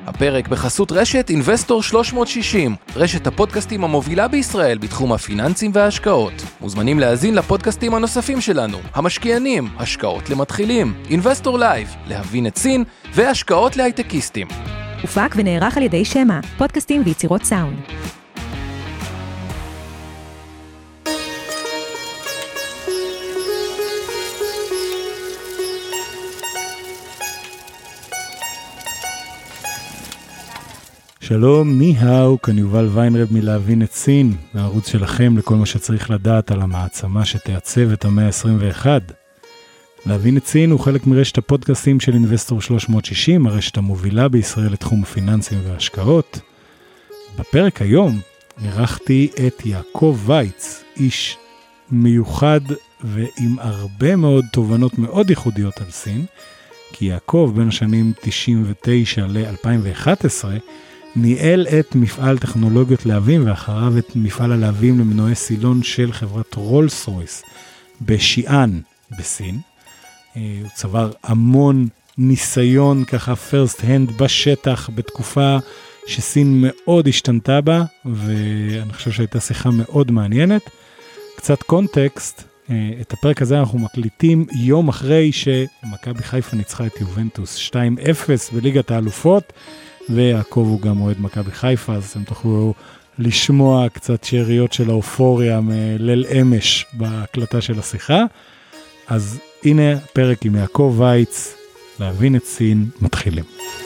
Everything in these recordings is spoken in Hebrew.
הפרק בחסות רשת Investor 360, רשת הפודקאסטים המובילה בישראל בתחום הפיננסים וההשקעות. מוזמנים להאזין לפודקאסטים הנוספים שלנו, המשקיענים, השקעות למתחילים, Investor Live, להבין את סין, והשקעות להייטקיסטים. הופק ונערך על ידי שמה, פודקאסטים ויצירות סאונד. שלום, ניהאו, כאן יובל ויינרב מלהבין את סין, הערוץ שלכם לכל מה שצריך לדעת על המעצמה שתעצב את המאה ה-21. להבין את סין הוא חלק מרשת הפודקאסטים של Investor 360, הרשת המובילה בישראל לתחום הפיננסים וההשקעות. בפרק היום ערכתי את יעקב וייץ, איש מיוחד ועם הרבה מאוד תובנות מאוד ייחודיות על סין, כי יעקב בין השנים 99 ל-2011 ניהל את מפעל טכנולוגיות להבים ואחריו את מפעל הלהבים למנועי סילון של חברת רולס רויס בשיאן בסין. הוא צבר המון ניסיון ככה first hand בשטח בתקופה שסין מאוד השתנתה בה, ואני חושב שהייתה שיחה מאוד מעניינת. קצת קונטקסט, את הפרק הזה אנחנו מקליטים יום אחרי שמכבי חיפה ניצחה את יובנטוס 2-0 בליגת האלופות, ויעקב הוא גם אוהד מכבי חיפה, אז אתם תוכלו לשמוע קצת שאריות של האופוריה מליל אמש בהקלטה של השיחה. אז הנה פרק עם יעקב וייץ, להבין את סין, מתחילים.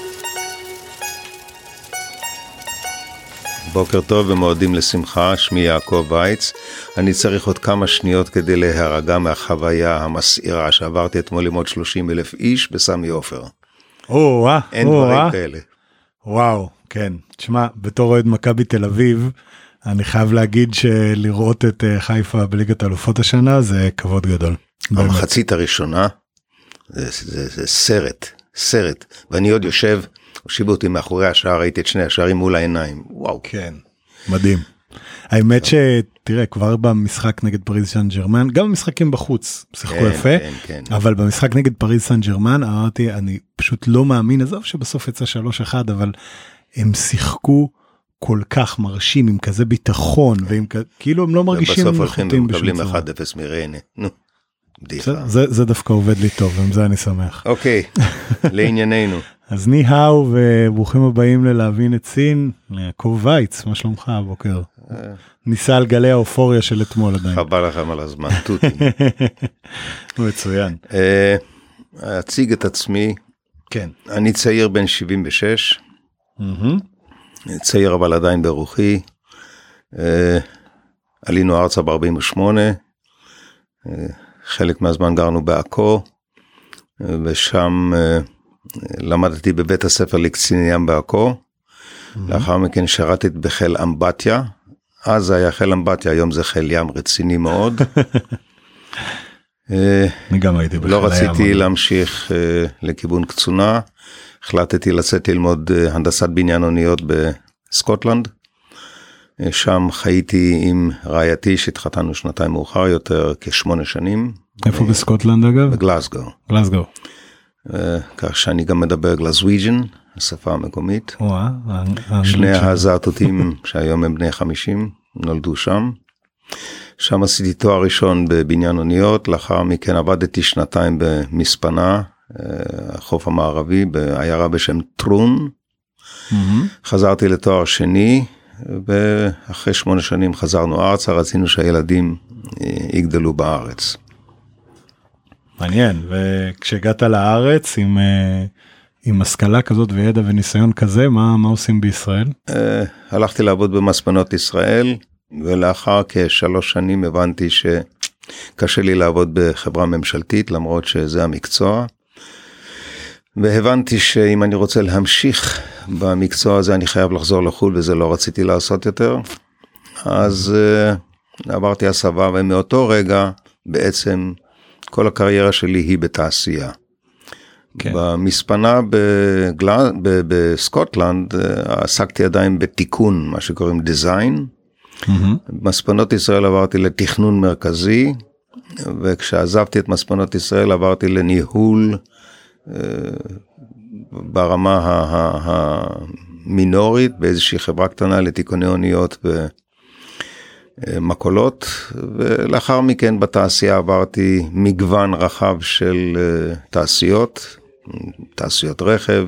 בוקר טוב ומועדים לשמחה, שמי יעקב וייץ. אני צריך עוד כמה שניות כדי להירגע מהחוויה המסעירה שעברתי אתמול עם עוד 30,000 איש בסמי עופר. אין דברים כאלה. וואו, כן. תשמע, בתור אוהד מכבי תל אביב, אני חייב להגיד שלראות את חיפה בליגת האלופות השנה זה כבוד גדול. המחצית הראשונה זה סרט, ואני עוד הושיבו אותי מאחורי השער, ראיתי את שני השערים מול העיניים, וואו. כן, מדהים. האמת שתראה, כבר במשחק נגד פריז סן ג'רמן, גם במשחקים בחוץ, שיחקו יפה, אבל במשחק נגד פריז סן ג'רמן, אמרתי, אני פשוט לא מאמין, עזוב שבסוף יצא 3-1, אבל הם שיחקו כל כך מרשים, עם כזה ביטחון, כאילו הם לא מרגישים ובסוף הולכים ומקבלים 1-0 מריינה, נו. זה דווקא עובד לי טוב, עם זה אני שמח. אוקיי, לענייננו. אז ניהאו וברוכים הבאים ללהבין את סין, יעקב וייץ, מה שלומך הבוקר? ניסה על גלי האופוריה של אתמול עדיין. חבל לכם על הזמן, תותים. מצוין. אציג את עצמי, כן. אני צעיר בן 76, צעיר אבל עדיין ברוחי, עלינו ארצה ב-48, חלק מהזמן גרנו בעכו, ושם למדתי בבית הספר לקציני ים בעכו, לאחר מכן שרתתי בחיל אמבטיה, אז היה חיל אמבטיה, היום זה חיל ים רציני מאוד. אני גם הייתי בחיל הים. לא רציתי להמשיך לכיוון קצונה, החלטתי לצאת ללמוד הנדסת בניין אוניות בסקוטלנד, שם חייתי עם רעייתי שהתחתנו שנתיים מאוחר יותר, כ8 שנים. איפה בסקוטלנד אגב? בגלסגו. גלסגו. כך שאני גם מדבר גלסוויג'ן, השפה המקומית. שני הזאטותים שהיום הם בני 50, נולדו שם. שם עשיתי תואר ראשון בבניין אוניות, לאחר מכן עבדתי שנתיים במספנה, החוף המערבי, בעיירה בשם טרון. חזרתי לתואר שני, ואחרי 8 שנים חזרנו ארצה, רצינו שהילדים יגדלו בארץ. מעניין, וכשהגעת לארץ עם השכלה כזאת וידע וניסיון כזה, מה עושים בישראל? הלכתי לעבוד במספנות ישראל, ולאחר כ3 שנים הבנתי שקשה לי לעבוד בחברה ממשלתית, למרות שזה המקצוע, והבנתי שאם אני רוצה להמשיך במקצוע הזה, אני חייב לחזור לחול, וזה לא רציתי לעשות יותר. אז עברתי הסבה, ומאותו רגע בעצם כל הקריירה שלי היא בתעשייה. כן. במספנה בסקוטלנד עסקתי עדיין בתיקון, מה שקוראים דיזיין. במספנות ישראל עברתי לתכנון מרכזי, וכשעזבתי את מספנות ישראל עברתי לניהול ברמה המינורית, באיזושהי חברה קטנה לתיקוני אוניות במקולות, ולאחר מכן בתעשייה עברתי מגוון רחב של תעשיות, תעשיות רכב.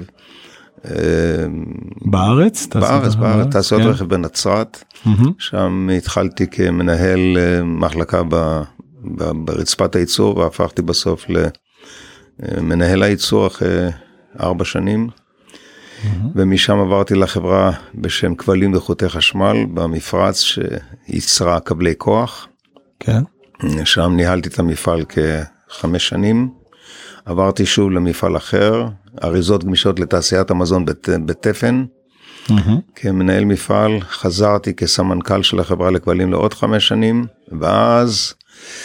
בארץ? בארץ, תעשיות רכב בנצרת, שם התחלתי כמנהל מחלקה ברצפת הייצור, והפכתי בסוף למנהל הייצור אחרי 4 שנים, ומשם עברתי לחברה בשם כבלים וחוטי חשמל, במפרץ שייצרה קבלי כוח, שם ניהלתי את המפעל כ5 שנים, עברתי שוב למפעל אחר, אריזות גמישות לתעשיית המזון בתפן, כמנהל מפעל, חזרתי כסמנכ"ל של החברה לכבלים לעוד 5 שנים, ואז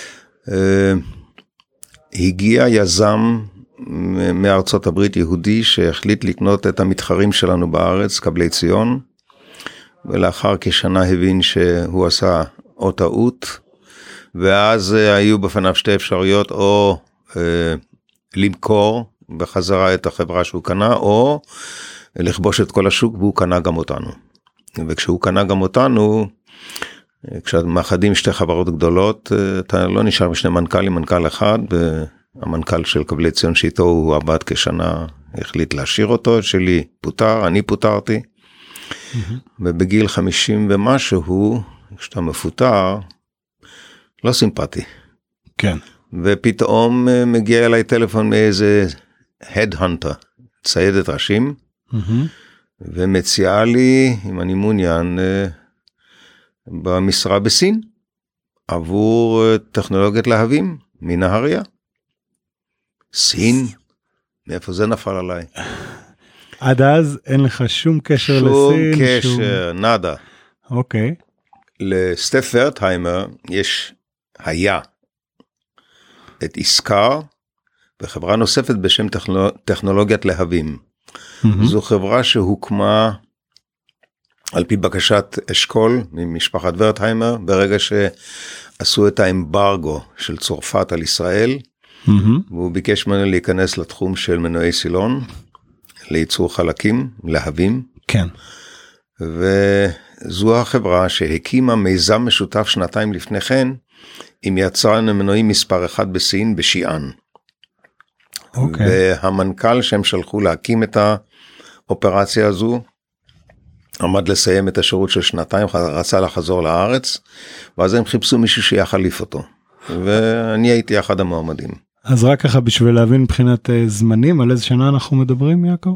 הגיע יזם מארצות הברית יהודי שהחליט לקנות את המתחרים שלנו בארץ, קבלי ציון, ולאחר כשנה הבין שהוא עשה או טעות, ואז היו בפניו 2 אפשרויות, או למכור בחזרה את החברה שהוא קנה, או לכבוש את כל השוק, והוא קנה גם אותנו. וכשהוא קנה גם אותנו, כשמאחדים 2 חברות גדולות, אתה לא נשאר משני מנכ"לים, מנכ"ל אחד, והמנכ"ל של קבלי ציון שאיתו הוא עבד כשנה, החליט להשאיר אותו, שלי פוטר, אני פוטרתי, ובגיל 50 ומשהו, כשאתה מפוטר, לא סימפטי. כן. ופתאום מגיע אליי טלפון מאיזה הדהנטר, ציידת ראשים, ומציעה לי, אם אני מעוניין, במשרה בסין, עבור טכנולוגיית להבים, מנהריה. סין, מאיפה זה נפל עליי? עד אז אין לך שום קשר לסין? שום קשר, נדה. אוקיי. לסטף ורטהיימר היה את איסקר, וחברה נוספת בשם טכנולוגיית להבים. זו חברה שהוקמה על פי בקשת אשכול ממשפחת ורטהיימר, ברגע שעשו את האמברגו של צרפת על ישראל, והוא ביקש ממנו להיכנס לתחום של מנועי סילון, לייצור חלקים, להבים. כן. וזו החברה שהקימה מיזם משותף 2 לפני כן, עם יצרן המנועים מספר 1 בסין, בשיאן. והמנכ"ל שהם שלחו להקים את האופרציה הזו, עמד לסיים את השירות של 2, רצה לחזור לארץ, ואז הם חיפשו מישהו שיחליף אותו. ואני הייתי אחד המועמדים. אז רק ככה בשביל להבין מבחינת זמנים, על איזה שנה אנחנו מדברים, יעקב?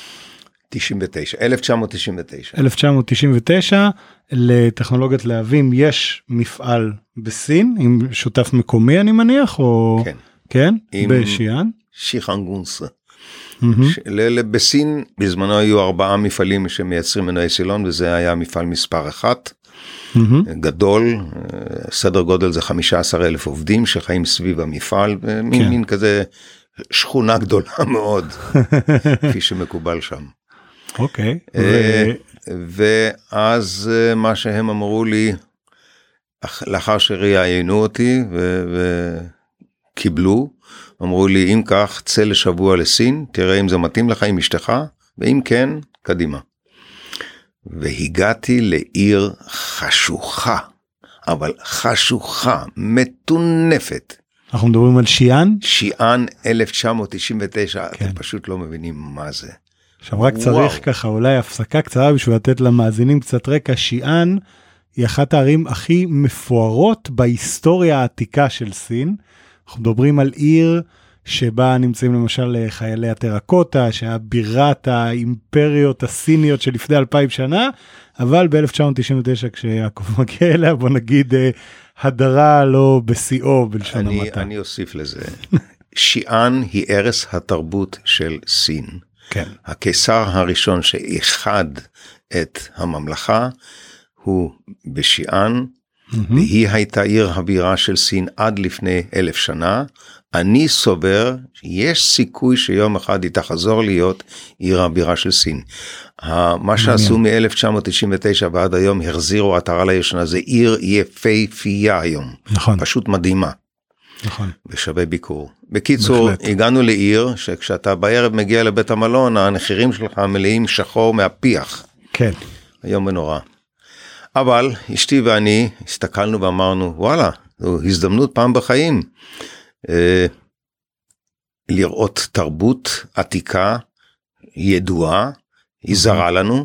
1999. 1999, לטכנולוגיית להבים יש מפעל בסין, עם שותף מקומי אני מניח, או... כן. כן? בשיאן? שיחנגונס. בסין בזמנו היו 4 מפעלים שמייצרים מנועי סילון, וזה היה מפעל מספר 1, גדול, סדר גודל זה 15,000 עובדים שחיים סביב המפעל, מין כזה שכונה גדולה מאוד, כפי שמקובל שם. אוקיי. ואז מה שהם אמרו לי, לאחר שראיינו אותי וקיבלו, אמרו לי, אם כך, צא לשבוע לסין, תראה אם זה מתאים לך עם אשתך, ואם כן, קדימה. והגעתי לעיר חשוכה, אבל חשוכה, מטונפת. אנחנו מדברים על שיאן? שיאן 1999, כן. אתם פשוט לא מבינים מה זה. עכשיו רק צריך ככה, אולי הפסקה קצרה בשביל לתת למאזינים קצת רקע. שיאן היא אחת הערים הכי מפוארות בהיסטוריה העתיקה של סין. אנחנו מדברים על עיר שבה נמצאים למשל חיילי הטרקוטה, שהיה בירת האימפריות הסיניות של לפני 2000 שנה, אבל ב-1999 כשיעקב מגיע אליה, בוא נגיד הדרה לא בשיאו בלשון המעטה. אני אוסיף לזה, שיאן היא ערש התרבות של סין. כן. הקיסר הראשון שאיחד את הממלכה הוא בשיאן, והיא הייתה עיר הבירה של סין עד לפני 1000 שנה. אני סובר שיש סיכוי שיום אחד היא תחזור להיות עיר הבירה של סין. מה שעשו מ-1999 ועד היום החזירו עטרה לישנה, זה עיר יפהפייה היום. נכון. פשוט מדהימה. נכון. ושווה ביקור. בקיצור, הגענו לעיר שכשאתה בערב מגיע לבית המלון, הנחירים שלך מלאים שחור מהפיח. כן. היום ונורא. אבל אשתי ואני הסתכלנו ואמרנו, וואלה, זו הזדמנות פעם בחיים, לראות תרבות עתיקה, ידועה, היא זרה לנו,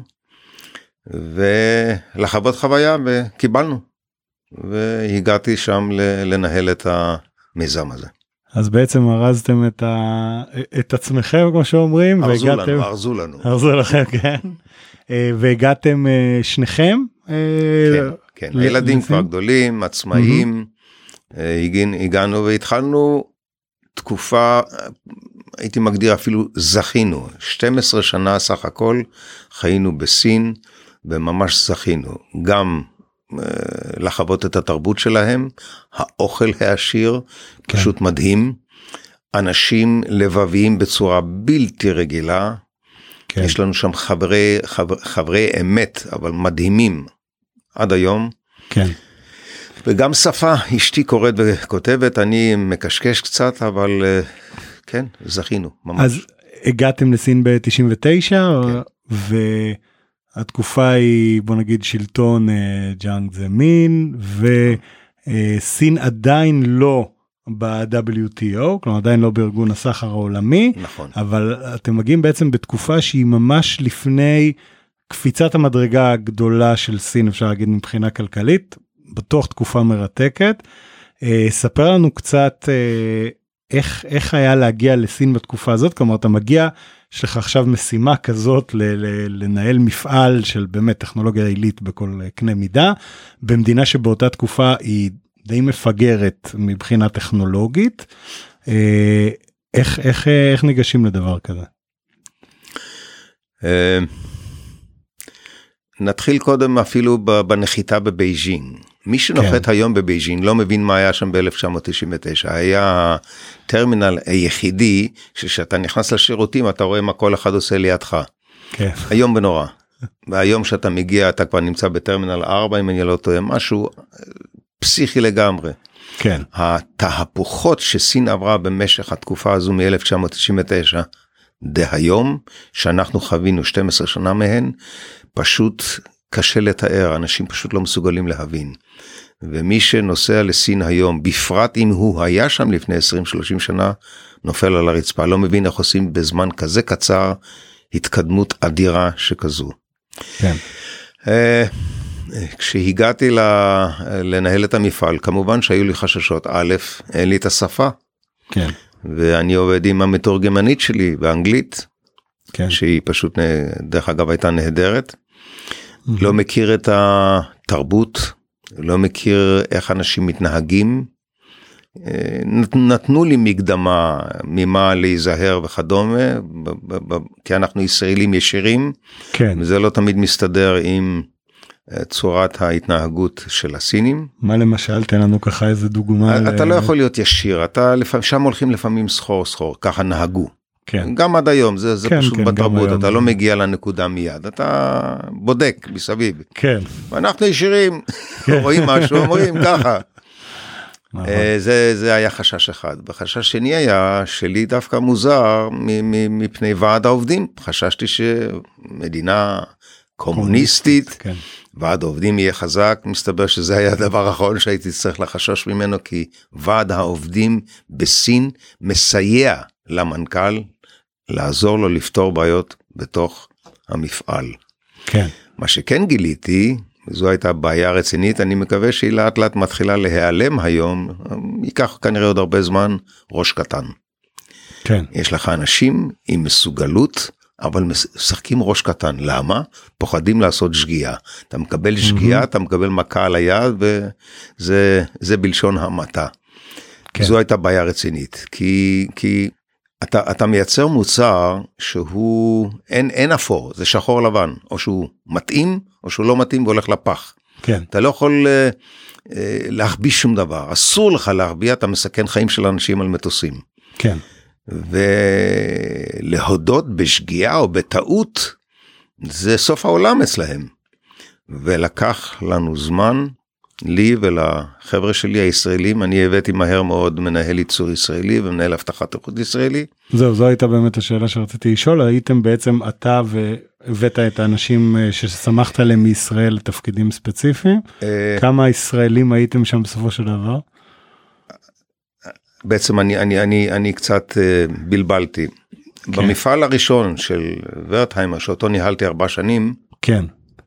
ולחוות חוויה, וקיבלנו. והגעתי שם לנהל את המיזם הזה. אז בעצם ארזתם את עצמכם, כמו שאומרים, ארזו לנו. ארזו לכם, כן. והגעתם שניכם? כן, הילדים כבר גדולים, עצמאיים, הגענו והתחלנו תקופה, הייתי מגדיר אפילו זכינו, 12 שנה סך הכל חיינו בסין, וממש זכינו, גם לחוות את התרבות שלהם, האוכל העשיר, פשוט מדהים, אנשים לבביים בצורה בלתי רגילה, יש לנו שם חברי אמת, אבל מדהימים, עד היום. כן. וגם שפה, אשתי קוראת וכותבת, אני מקשקש קצת, אבל כן, זכינו, ממש. אז הגעתם לסין ב-99, כן. והתקופה היא, בוא נגיד, שלטון ג'אנג זמין, וסין עדיין לא ב-WTO, כלומר עדיין לא בארגון הסחר העולמי, נכון. אבל אתם מגיעים בעצם בתקופה שהיא ממש לפני קפיצת המדרגה הגדולה של סין, אפשר להגיד מבחינה כלכלית, בתוך תקופה מרתקת. ספר לנו קצת איך היה להגיע לסין בתקופה הזאת, כלומר אתה מגיע, יש לך עכשיו משימה כזאת לנהל מפעל של באמת טכנולוגיה עילית בכל קנה מידה, במדינה שבאותה תקופה היא די מפגרת מבחינה טכנולוגית, איך ניגשים לדבר כזה? נתחיל קודם אפילו בנחיתה בבייג'ינג. מי שנוחת היום בבייג'ינג לא מבין מה היה שם ב-1999. היה הטרמינל היחידי שכשאתה נכנס לשירותים אתה רואה מה כל אחד עושה לידך. כן. היום בנורא. והיום שאתה מגיע אתה כבר נמצא בטרמינל 4 אם אני לא טועה משהו פסיכי לגמרי. כן. התהפוכות שסין עברה במשך התקופה הזו מ-1999 דהיום שאנחנו חווינו 12 שנה מהן פשוט קשה לתאר, אנשים פשוט לא מסוגלים להבין. ומי שנוסע לסין היום, בפרט אם הוא היה שם לפני 20-30 שנה, נופל על הרצפה, לא מבין איך עושים בזמן כזה קצר, התקדמות אדירה שכזו. כן. כשהגעתי לנהל את המפעל, כמובן שהיו לי חששות, א', אין לי את השפה. כן. ואני עובד עם המתורגמנית שלי באנגלית, כן. שהיא פשוט, דרך אגב, הייתה נהדרת. לא מכיר את התרבות, לא מכיר איך אנשים מתנהגים, נתנו לי מקדמה ממה להיזהר וכדומה, כי אנחנו ישראלים ישירים, כן. וזה לא תמיד מסתדר עם צורת ההתנהגות של הסינים. מה למשל, תן לנו ככה איזה דוגמה. אתה לא יכול להיות ישיר, שם הולכים לפעמים סחור, ככה נהגו. כן. גם עד היום, זה כן, פשוט כן, בתרבות, אתה לא מגיע לנקודה מיד, אתה בודק מסביב. כן. ואנחנו ישירים, רואים משהו, אומרים ככה. זה היה חשש אחד. וחשש שני היה שלי דווקא מוזר מפני ועד העובדים. חששתי שמדינה קומוניסטית, כן. ועד העובדים יהיה חזק, מסתבר שזה היה הדבר האחרון שהייתי צריך לחשש ממנו, כי ועד העובדים בסין מסייע למנכ"ל, לעזור לו לפתור בעיות בתוך המפעל. כן. מה שכן גיליתי, זו הייתה בעיה רצינית, אני מקווה שהיא לאט לאט מתחילה להיעלם היום, ייקח כנראה עוד הרבה זמן, ראש קטן. כן. יש לך אנשים עם מסוגלות, אבל משחקים ראש קטן. למה? פוחדים לעשות שגיאה. אתה מקבל שגיאה, אתה מקבל מכה על היד, וזה בלשון המעטה. כן. זו הייתה בעיה רצינית, כי אתה מייצר מוצר שהוא, אין אפור, זה שחור לבן, או שהוא מתאים, או שהוא לא מתאים והולך לפח. כן. אתה לא יכול להחביא שום דבר, אסור לך להחביא, אתה מסכן חיים של אנשים על מטוסים. כן. ולהודות בשגיאה או בטעות, זה סוף העולם אצלהם. ולקח לנו זמן, לי ולחבר'ה שלי הישראלים, אני הבאתי מהר מאוד מנהל ייצור ישראלי ומנהל הבטחת איכות ישראלי. זו הייתה באמת השאלה שרציתי לשאול, הייתם בעצם אתה והבאת את האנשים ששמחת עליהם מישראל לתפקידים ספציפיים, כמה ישראלים הייתם שם בסופו של דבר? בעצם אני קצת בלבלתי. במפעל הראשון של ורטהיימר, שאותו ניהלתי 4 שנים, כן.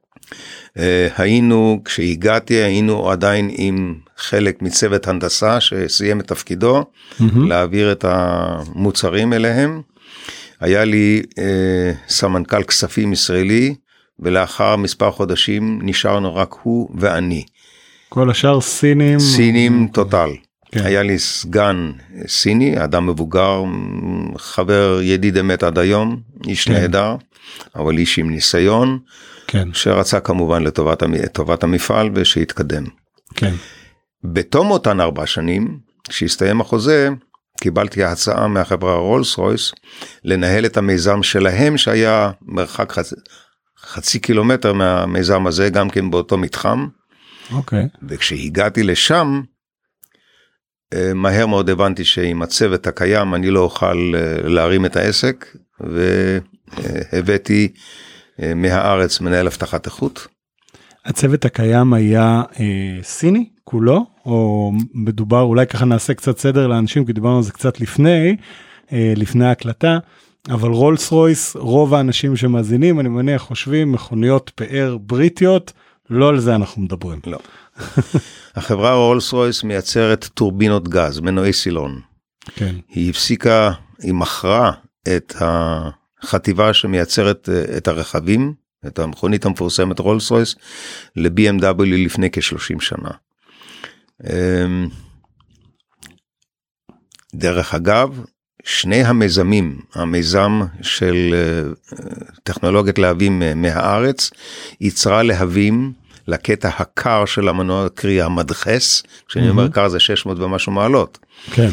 היינו עדיין עם חלק מצוות הנדסה שסיים את תפקידו, להעביר את המוצרים אליהם. היה לי סמנכ"ל כספים ישראלי, ולאחר מספר חודשים נשארנו רק הוא ואני. כל השאר סינים? סינים טוטל. כן. היה לי סגן סיני, אדם מבוגר, חבר ידיד אמת עד היום, איש כן. נהדר, אבל איש עם ניסיון, כן. שרצה כמובן לטובת המפעל ושהתקדם. כן. בתום אותן 4 שנים, כשהסתיים החוזה, קיבלתי הצעה מהחברה רולס רויס, לנהל את המיזם שלהם, שהיה מרחק חצי קילומטר מהמיזם הזה, גם כן באותו מתחם. אוקיי. וכשהגעתי לשם, מהר מאוד הבנתי שעם הצוות הקיים אני לא אוכל להרים את העסק, והבאתי מהארץ מנהל הבטחת איכות. הצוות הקיים היה סיני כולו, או מדובר, אולי ככה נעשה קצת סדר לאנשים, כי דיברנו על זה קצת לפני ההקלטה, אבל רולס רויס, רוב האנשים שמאזינים, אני מניח חושבים, מכוניות פאר בריטיות, לא על זה אנחנו מדברים. לא. החברה רולס רויס מייצרת טורבינות גז, מנועי סילון. כן. היא מכרה את החטיבה שמייצרת את הרכבים, את המכונית המפורסמת רולס רויס, ל-BMW לפני כ-30 שנה. דרך אגב, שני המיזמים, המיזם של טכנולוגיית להבים מהארץ, יצרה להבים לקטע הקר של המנוע, קרי המדחס, כשאני אומר קר זה 600 ומשהו מעלות. כן.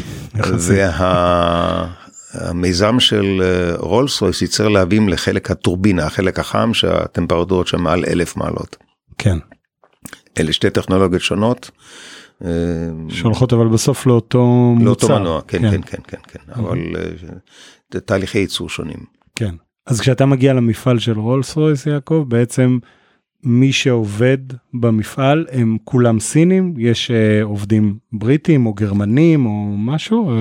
והמיזם של רולס רויס ייצר להבים לחלק הטורבינה, החלק החם, שהטמפרטורות שם מעל 1000 מעלות. כן. אלה שתי טכנולוגיות שונות. שהולכות אבל בסוף לאותו מוצר. לאותו מנוע, כן. אבל תהליכי ייצור שונים. כן. אז כשאתה מגיע למפעל של רולס רויס, יעקב, בעצם מי שעובד במפעל הם כולם סינים? יש עובדים בריטים או גרמנים או משהו?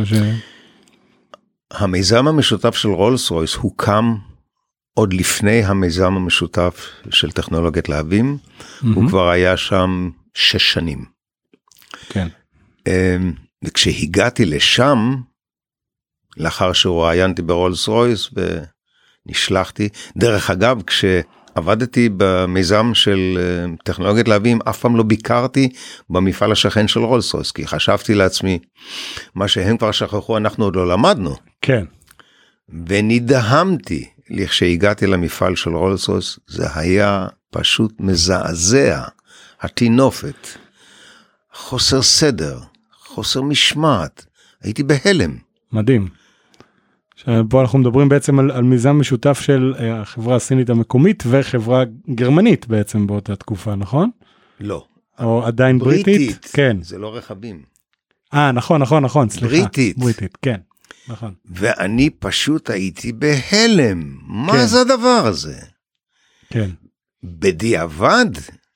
המיזם המשותף של רולס רויס הוקם עוד לפני המיזם המשותף של טכנולוגיית להבים. הוא כבר היה שם 6 שנים. כן. וכשהגעתי לשם, לאחר שראיינתי ברולס רויס ונשלחתי, דרך אגב, כשעבדתי במיזם של טכנולוגיית להבים, אף פעם לא ביקרתי במפעל השכן של רולס רויס, כי חשבתי לעצמי, מה שהם כבר שכחו, אנחנו עוד לא למדנו. כן. ונדהמתי, כשהגעתי למפעל של רולס רויס, זה היה פשוט מזעזע, התינופת. חוסר סדר, חוסר משמעת, הייתי בהלם. מדהים. פה אנחנו מדברים בעצם על מיזם משותף של החברה הסינית המקומית וחברה גרמנית בעצם באותה תקופה, נכון? לא. או עדיין בריטית? כן. זה לא רכבים. נכון, סליחה. בריטית, כן. נכון. ואני פשוט הייתי בהלם. מה זה הדבר הזה? כן. בדיעבד,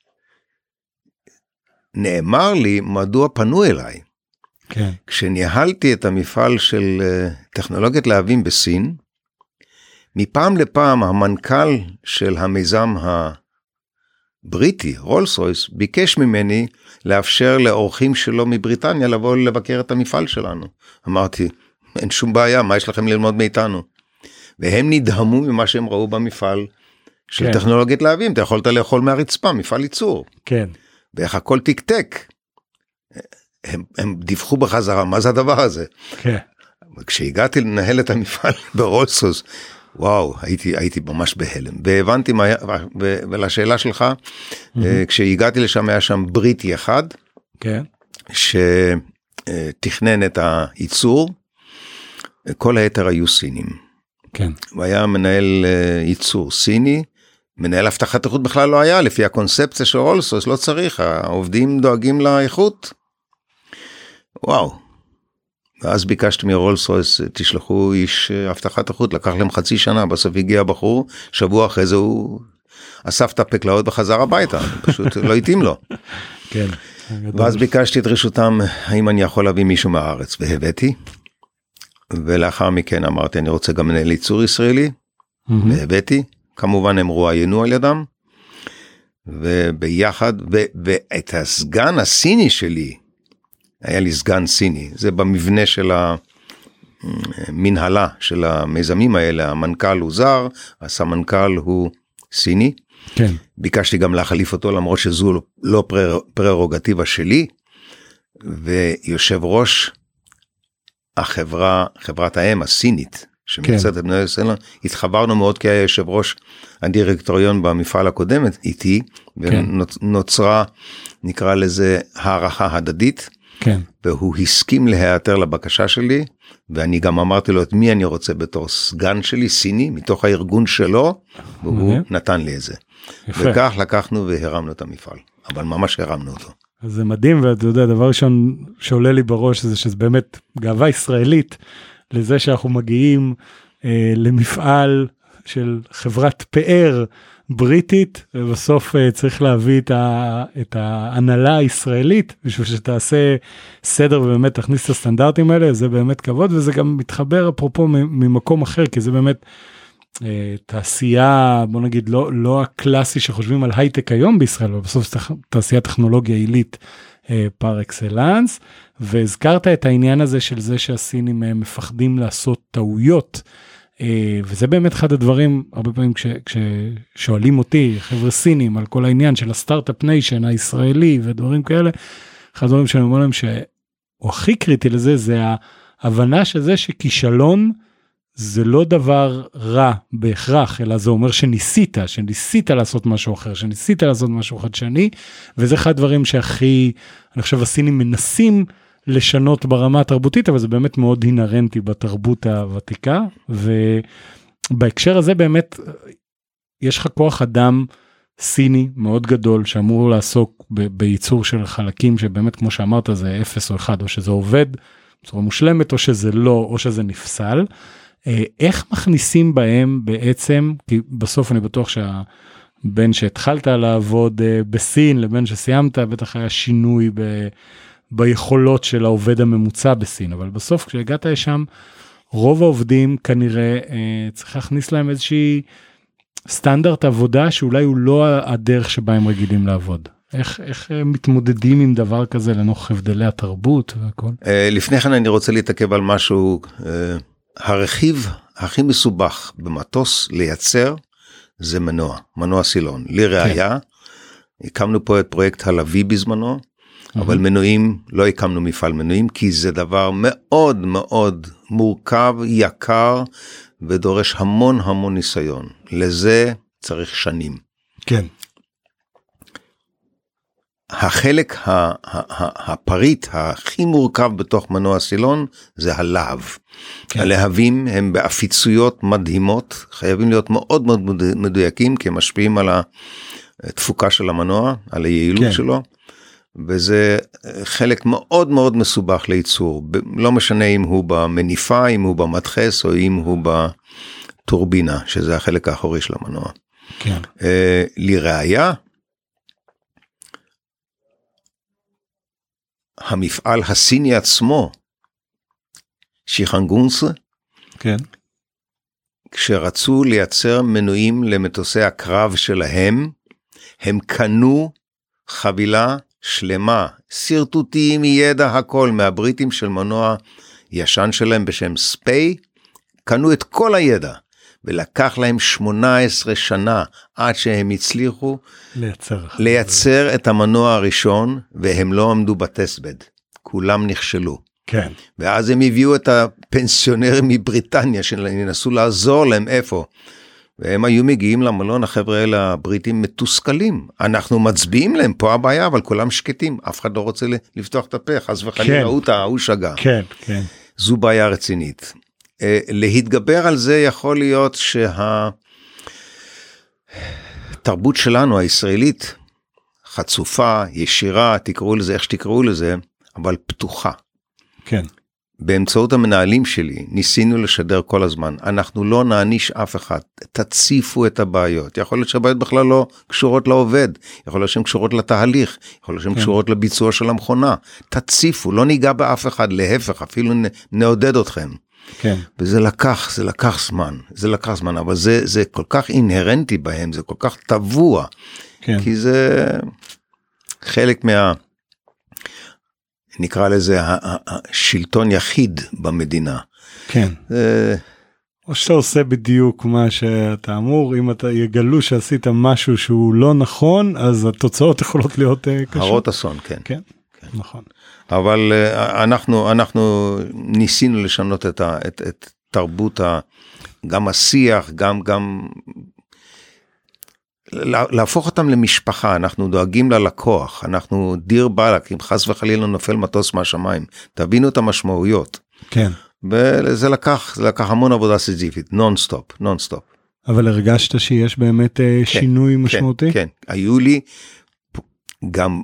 נאמר לי מדוע פנו אליי. כן. כשניהלתי את המפעל של טכנולוגיית להבים בסין, מפעם לפעם המנכ"ל של המיזם הבריטי, רולס רויס, ביקש ממני לאפשר לאורחים שלו מבריטניה לבוא לבקר את המפעל שלנו. אמרתי, אין שום בעיה, מה יש לכם ללמוד מאיתנו? והם נדהמו ממה שהם ראו במפעל של כן. טכנולוגיית להבים, אתה יכולת לאכול מהרצפה, מפעל ייצור. כן. ואיך הכל תקתק. הם דיווחו בחזרה, מה זה הדבר הזה? כן. כשהגעתי לנהל את המפעל ברולס רויס, וואו, הייתי ממש בהלם. והבנתי מה, ולשאלה שלך, כשהגעתי לשם, היה שם בריטי אחד, כן. שתכנן את הייצור, כל היתר היו סינים. כן. והיה מנהל ייצור סיני, מנהל הבטחת איכות בכלל לא היה, לפי הקונספציה של רולס רויס, לא צריך, העובדים דואגים לאיכות. וואו. ואז ביקשתי מרולס רויס, תשלחו איש הבטחת איכות, לקח להם חצי שנה, בסוף הגיע בחור, שבוע אחרי זה הוא אסף את הפקלאות וחזר הביתה, פשוט לא התאים לו. כן. ואז ביקשתי את רשותם, האם אני יכול להביא מישהו מהארץ, והבאתי, ולאחר מכן אמרתי, אני רוצה גם מנהל ייצור ישראלי, והבאתי, כמובן הם רואיינו על ידם, וביחד, ואת הסגן הסיני שלי, היה לי סגן סיני, זה במבנה של המנהלה של המיזמים האלה, המנכ"ל הוא זר, הסמנכ"ל הוא סיני, כן. ביקשתי גם להחליף אותו, למרות שזו לא פררוגטיבה שלי, ויושב ראש חברת האם הסינית, שמייצרת את בני ישראל, התחברנו מאוד כי היה יושב ראש הדירקטוריון במפעל הקודמת איתי, ונוצרה, נקרא לזה, הערכה הדדית, כן. והוא הסכים להיעתר לבקשה שלי, ואני גם אמרתי לו את מי אני רוצה בתור סגן שלי, סיני, מתוך הארגון שלו, והוא נתן לי את זה. וכך לקחנו והרמנו את המפעל, אבל ממש הרמנו אותו. אז זה מדהים, ואתה יודע, דבר ראשון שעולה לי בראש, זה שזה באמת גאווה ישראלית, לזה שאנחנו מגיעים למפעל של חברת פאר בריטית, ובסוף צריך להביא את ההנהלה הישראלית, בשביל שתעשה סדר ובאמת תכניס את הסטנדרטים האלה, זה באמת כבוד, וזה גם מתחבר אפרופו ממקום אחר, כי זה באמת תעשייה, בוא נגיד, לא הקלאסי שחושבים על הייטק היום בישראל, אבל בסוף זה תעשייה טכנולוגיה עילית פר אקסלנס, והזכרת את העניין הזה של זה שהסינים מפחדים לעשות טעויות, וזה באמת אחד הדברים, הרבה פעמים כששואלים אותי, חבר'ה סינים, על כל העניין של הסטארט-אפ ניישן הישראלי ודברים כאלה, אחד הדברים שאני אומר להם שהוא הכי קריטי לזה, זה ההבנה שזה שכישלון, זה לא דבר רע בהכרח, אלא זה אומר שניסית לעשות משהו אחר, שניסית לעשות משהו חדשני, וזה אחד הדברים שהכי, אני חושב, הסינים מנסים לשנות ברמה התרבותית, אבל זה באמת מאוד אינהרנטי בתרבות הוותיקה, ובהקשר הזה באמת, יש לך כוח אדם סיני מאוד גדול, שאמור לעסוק בייצור של חלקים, שבאמת כמו שאמרת, זה 0 או 1, או שזה עובד בצורה מושלמת, או שזה לא, או שזה נפסל, איך מכניסים בהם בעצם, כי בסוף אני בטוח בין שהתחלת לעבוד בסין, לבין שסיימת, בטח היה שינוי ביכולות של העובד הממוצע בסין, אבל בסוף כשהגעת לשם, רוב העובדים כנראה צריך להכניס להם איזושהי סטנדרט עבודה, שאולי הוא לא הדרך שבה הם רגילים לעבוד. איך מתמודדים עם דבר כזה לנוכח הבדלי התרבות והכל? לפני כן אני רוצה להתעכב על משהו, הרכיב הכי מסובך במטוס לייצר, זה מנוע סילון. לראיה, הקמנו פה את פרויקט הלוי בזמנו, אבל מנועים, לא הקמנו מפעל מנועים, כי זה דבר מאוד מאוד מורכב, יקר, ודורש המון ניסיון. לזה צריך שנים. כן. החלק הפריט הכי מורכב בתוך מנוע סילון, זה הלהב. כן. הלהבים הם באפיצויות מדהימות, חייבים להיות מאוד מאוד מדויקים, כי הם משפיעים על התפוקה של המנוע, על היעילות כן. שלו, וזה חלק מאוד מאוד מסובך לייצור, לא משנה אם הוא במניפה, אם הוא במדחס, או אם הוא בטורבינה, שזה החלק האחורי של המנוע. כן. לראיה, המפעל הסיני עצמו, שיחנגונס, כן. כשרצו לייצר מנועים למטוסי הקרב שלהם, הם קנו חבילה שלמה, סרטוטים, ידע, הכל, מהבריטים של מנוע ישן שלהם בשם ספיי, קנו את כל הידע, ולקח להם 18 שנה עד שהם הצליחו לייצר את המנוע הראשון, והם לא עמדו בטסטבד, כולם נכשלו. כן. ואז הם הביאו את הפנסיונרים מבריטניה, שנסו לעזור להם איפה, והם היו מגיעים למלון, החבר'ה האלה הבריטים מתוסכלים, אנחנו מצביעים להם, פה הבעיה, אבל כולם שקטים, אף אחד לא רוצה לפתוח את הפה, חס וחלילה, הוא שגה. כן, כן. זו בעיה רצינית. להתגבר על זה יכול להיות התרבות שלנו, הישראלית, חצופה, ישירה, תקראו לזה איך שתקראו לזה, אבל פתוחה. כן. באמצעות המנהלים שלי, ניסינו לשדר כל הזמן, אנחנו לא נעניש אף אחד, תציפו את הבעיות, יכול להיות שהבעיות בכלל לא קשורות לעובד, יכול להיות שהן קשורות לתהליך, יכול להיות שהן קשורות לביצוע של המכונה, תציפו, לא ניגע באף אחד, להפך, אפילו נעודד אתכם. כן. וזה לקח זמן, אבל זה כל כך אינהרנטי בהם, זה כל כך טבוע, כן. כי זה חלק נקרא לזה השלטון יחיד במדינה. כן. או שאתה עושה בדיוק מה שאתה אמור, אם אתה יגלו שעשית משהו שהוא לא נכון, אז התוצאות יכולות להיות קשות. הרות אסון, כן. כן, נכון. אבל אנחנו ניסינו לשנות את תרבות, גם השיח, גם להפוך אותם למשפחה, אנחנו דואגים ללקוח, אנחנו דיר בלק, אם חס וחלילה נופל מטוס מהשמיים, תבינו את המשמעויות. כן. וזה לקח המון עבודה סיזיפית, נונסטופ. אבל הרגשת שיש באמת שינוי משמעותי? כן, היו לי גם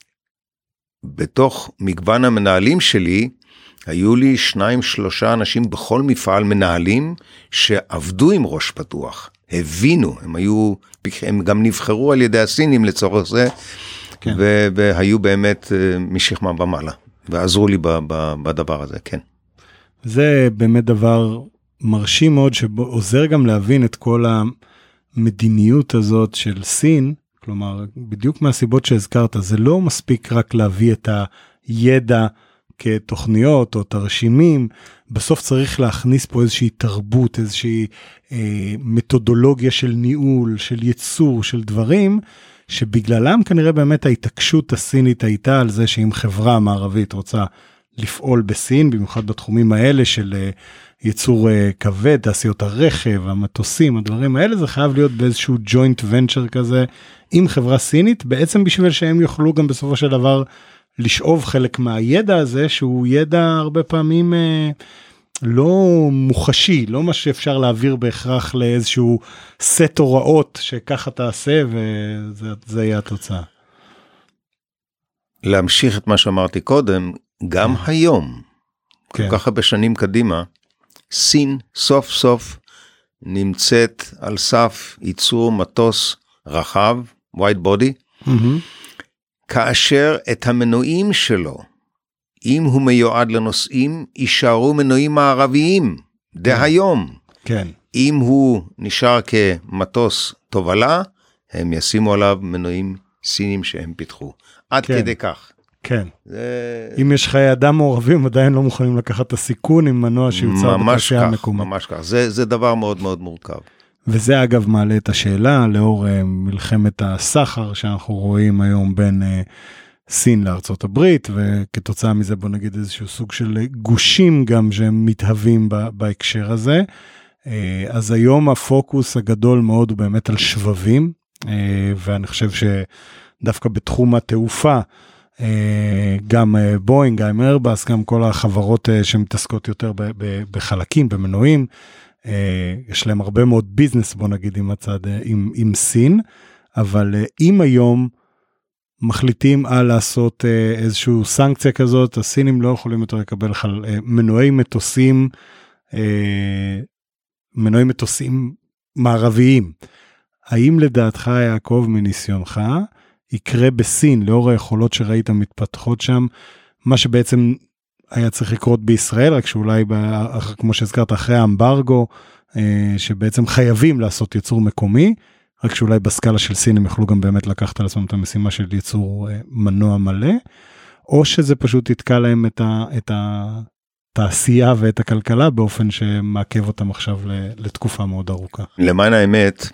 בתוך מגוון המנהלים שלי, היו לי 2-3 אנשים בכל מפעל מנהלים שעבדו עם ראש פתוח, הבינו, הם גם נבחרו על ידי הסינים לצורך זה, כן. והיו באמת משכמה ומעלה, ועזרו לי בדבר הזה, כן. זה באמת דבר מרשים מאוד, שעוזר גם להבין את כל המדיניות הזאת של סין, כלומר, בדיוק מהסיבות שהזכרת, זה לא מספיק רק להביא את הידע כתוכניות או תרשימים, בסוף צריך להכניס פה איזושהי תרבות, איזושהי מתודולוגיה של ניהול, של ייצור, של דברים, שבגללם כנראה באמת ההתעקשות הסינית הייתה על זה שאם חברה מערבית רוצה לפעול בסין, במיוחד בתחומים האלה של ייצור כבד, תעשיות הרכב, המטוסים, הדברים האלה, זה חייב להיות באיזשהו joint venture כזה, עם חברה סינית, בעצם בשביל שהם יוכלו גם בסופו של דבר לשאוב חלק מהידע הזה, שהוא ידע הרבה פעמים לא מוחשי, לא מה שאפשר להעביר בהכרח לאיזשהו סט הוראות שככה תעשה, וזה יהיה התוצאה. להמשיך את מה שאמרתי קודם, גם היום, כל כך הרבה שנים קדימה, סין סוף סוף נמצאת על סף ייצור מטוס רחב, wide body, כאשר את המנועים שלו, אם הוא מיועד לנוסעים, יישארו מנועים מערביים, דהיום. כן. אם הוא נשאר כמטוס תובלה, הם ישימו עליו מנועים סינים שהם פיתחו. עד כדי כך. כן. אם יש חיי אדם מעורבים, עדיין לא מוכנים לקחת את הסיכון עם מנוע שיוצר בתעשייה המקומית. ממש כך. זה דבר מאוד מאוד מורכב. וזה אגב מעלה את השאלה, לאור מלחמת הסחר שאנחנו רואים היום בין סין לארצות הברית, וכתוצאה מזה בוא נגיד איזשהו סוג של גושים גם שהם מתהווים בהקשר הזה. אז היום הפוקוס הגדול מאוד הוא באמת על שבבים, ואני חושב שדווקא בתחום התעופה, גם בוינג, גם איירבאס, גם כל החברות שמתעסקות יותר בחלקים, במנועים, יש להם הרבה מאוד ביזנס, בוא נגיד, עם סין, אבל אם היום מחליטים על לעשות איזשהו סנקציה כזאת, הסינים לא יכולים יותר לקבל מנועי מטוסים מערביים. האם לדעתך, יעקב, מניסיונך, יקרה בסין, לאור היכולות שראית מתפתחות שם, מה שבעצם היה צריך לקרות בישראל, רק שאולי, כמו שהזכרת, אחרי האמברגו, שבעצם חייבים לעשות ייצור מקומי, רק שאולי בסקאלה של סין הם יוכלו גם באמת לקחת על עצמם את המשימה של ייצור מנוע מלא, או שזה פשוט יתקע להם את התעשייה ואת הכלכלה, באופן שמעכב אותם עכשיו לתקופה מאוד ארוכה. למען האמת,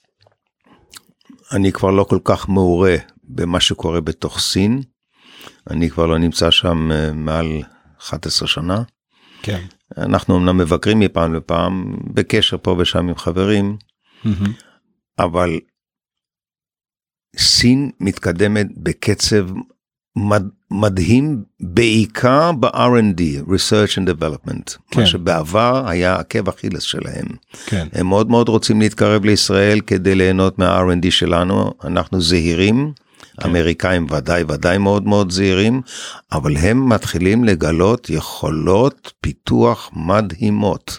אני כבר לא כל כך מעורה במה שקורה בתוך סין, אני כבר לא נמצא שם מעל 11 שנה. כן. אנחנו אמנם מבקרים מפעם לפעם, בקשר פה ושם עם חברים, אבל סין מתקדמת בקצב מדהים בעיקר ב-R&D, Research and Development, כן. מה שבעבר היה עקב אכילס שלהם. כן. הם מאוד מאוד רוצים להתקרב לישראל כדי ליהנות מה-R&D שלנו, אנחנו זהירים, כן. אמריקאים ודאי מאוד מאוד זהירים, אבל הם מתחילים לגלות יכולות פיתוח מדהימות.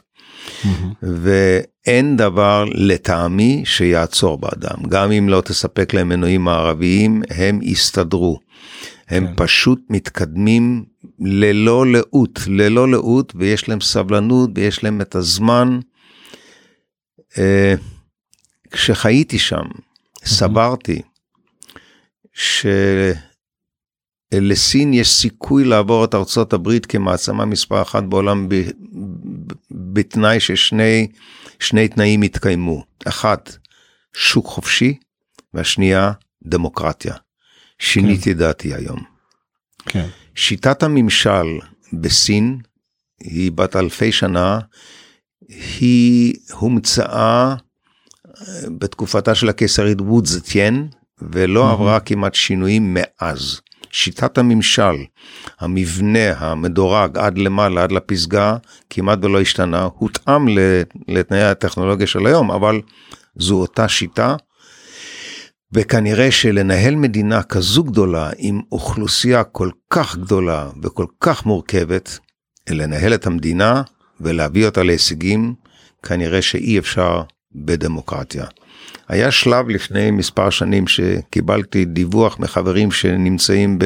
ואין דבר לטעמי שיעצור באדם, גם אם לא תספק להם מנועים מערביים, הם יסתדרו. הם פשוט מתקדמים ללא לאות, ויש להם סבלנות, ויש להם את הזמן. כשחייתי שם, סברתי, שלסין יש סיכוי לעבור את ארצות הברית כמעצמה מספר אחת בעולם, בתנאי ששני תנאים התקיימו. אחת, שוק חופשי, והשנייה, דמוקרטיה. שיניתי דעתי היום. כן. שיטת הממשל בסין, היא בת אלפי שנה, היא הומצאה בתקופתה של הקיסרית וו זetian, ולא עברה כמעט שינויים מאז. שיטת הממשל, המבנה, המדורג, עד למעלה, עד לפסגה, כמעט ולא השתנה, הותאם לתנאי הטכנולוגיה של היום, אבל זו אותה שיטה, וכנראה שלנהל מדינה כזו גדולה, עם אוכלוסייה כל כך גדולה וכל כך מורכבת, לנהל את המדינה ולהביא אותה להישגים, כנראה שאי אפשר בדמוקרטיה. היה שלב לפני מספר שנים שקיבלתי דיווח מחברים שנמצאים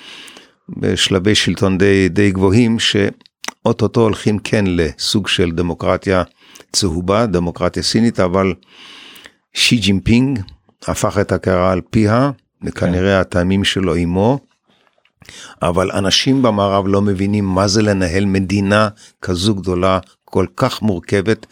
בשלבי שלטון די גבוהים, שאוטוטו הולכים כן לסוג של דמוקרטיה צהובה, דמוקרטיה סינית, אבל שי ג'ינפינג הפך את הקערה על פיה, וכנראה הטעמים שלו עמו, אבל אנשים במערב לא מבינים מה זה לנהל מדינה כזו גדולה, כל כך מורכבת,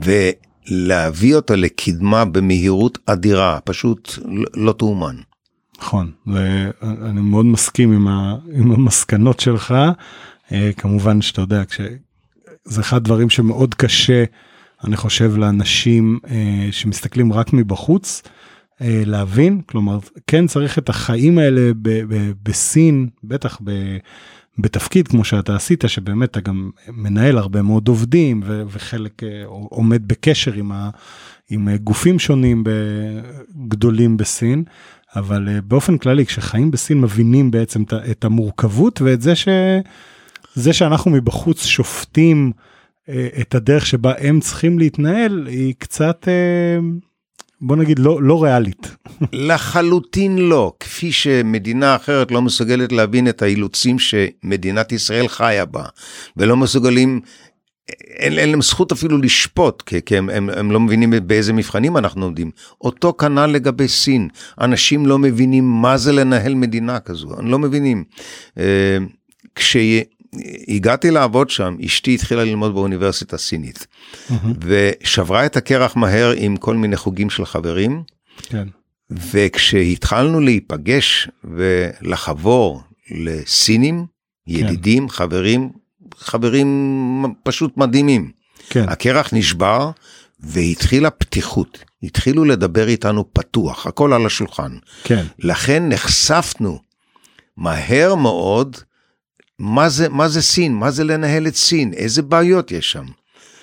ולהביא אותה לקדמה במהירות אדירה, פשוט לא תאומן. נכון, ואני מאוד מסכים עם המסקנות שלך, כמובן שאתה יודע, זה אחד הדברים שמאוד קשה, אני חושב לאנשים שמסתכלים רק מבחוץ, להבין, כלומר, כן צריך את החיים האלה בסין, בטח בתפקיד כמו שאתה עשית, שבאמת אתה גם מנהל הרבה מאוד עובדים, וחלק עומד בקשר עם גופים שונים גדולים בסין, אבל באופן כללי, כשחיים בסין מבינים בעצם את המורכבות, ואת זה שאנחנו מבחוץ שופטים את הדרך שבה הם צריכים להתנהל, היא קצת... בוא נגיד, לא ריאלית. לחלוטין לא, כפי שמדינה אחרת לא מסוגלת להבין את האילוצים שמדינת ישראל חיה בה, ולא מסוגלים, אין להם זכות אפילו לשפוט, כי הם לא מבינים באיזה מבחנים אנחנו עומדים. אותו כנ"ל לגבי סין, אנשים לא מבינים מה זה לנהל מדינה כזו, הם לא מבינים. כשהגעתי לעבוד שם, אשתי התחילה ללמוד באוניברסיטה סינית, ושברה את הקרח מהר עם כל מיני חוגים של חברים, וכשהתחלנו להיפגש ולחבור לסינים, ידידים, חברים פשוט מדהימים, הקרח נשבר, והתחילה פתיחות, התחילו לדבר איתנו פתוח, הכל על השולחן, לכן נחשפנו מהר מאוד, מה זה סין? מה זה לנהל את סין? איזה בעיות יש שם?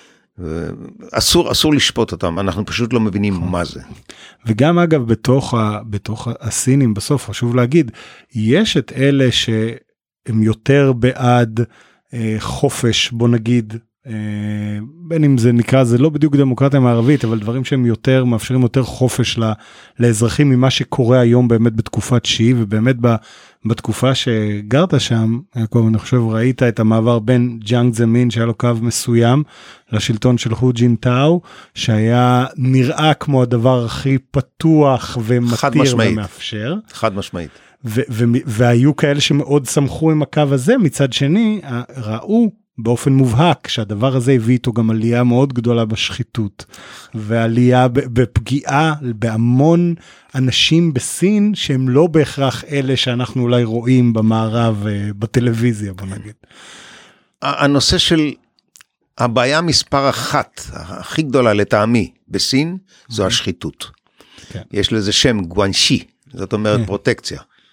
אסור לשפוט אותם, אנחנו פשוט לא מבינים מה זה. וגם אגב, בתוך הסינים, בסוף חשוב להגיד, יש את אלה שהם יותר בעד חופש, בוא נגיד, בין אם זה נקרא, זה לא בדיוק דמוקרטיה מערבית, אבל דברים שהם יותר, מאפשרים יותר חופש לאזרחים ממה שקורה היום באמת בתקופת שיעי, ובאמת בתקופה שגרת שם, אני חושב ראית את המעבר בין ג'אנג זמין, שהיה לו קו מסוים, לשלטון של הו ג'ינטאו, שהיה נראה כמו הדבר הכי פתוח ומתיר ומאפשר. חד משמעית. והיו כאלה שמאוד שמחו עם הקו הזה, מצד שני, ראו, באופן מובהק, שהדבר הזה הביא איתו גם עלייה מאוד גדולה בשחיתות, ועלייה בפגיעה בהמון אנשים בסין, שהם לא בהכרח אלה שאנחנו אולי רואים במערב, בטלוויזיה, בוא נגיד. הנושא של הבעיה מספר אחת, הכי גדולה לטעמי בסין, זו השחיתות. יש לזה שם גואנשי, זאת אומרת פרוטקציה.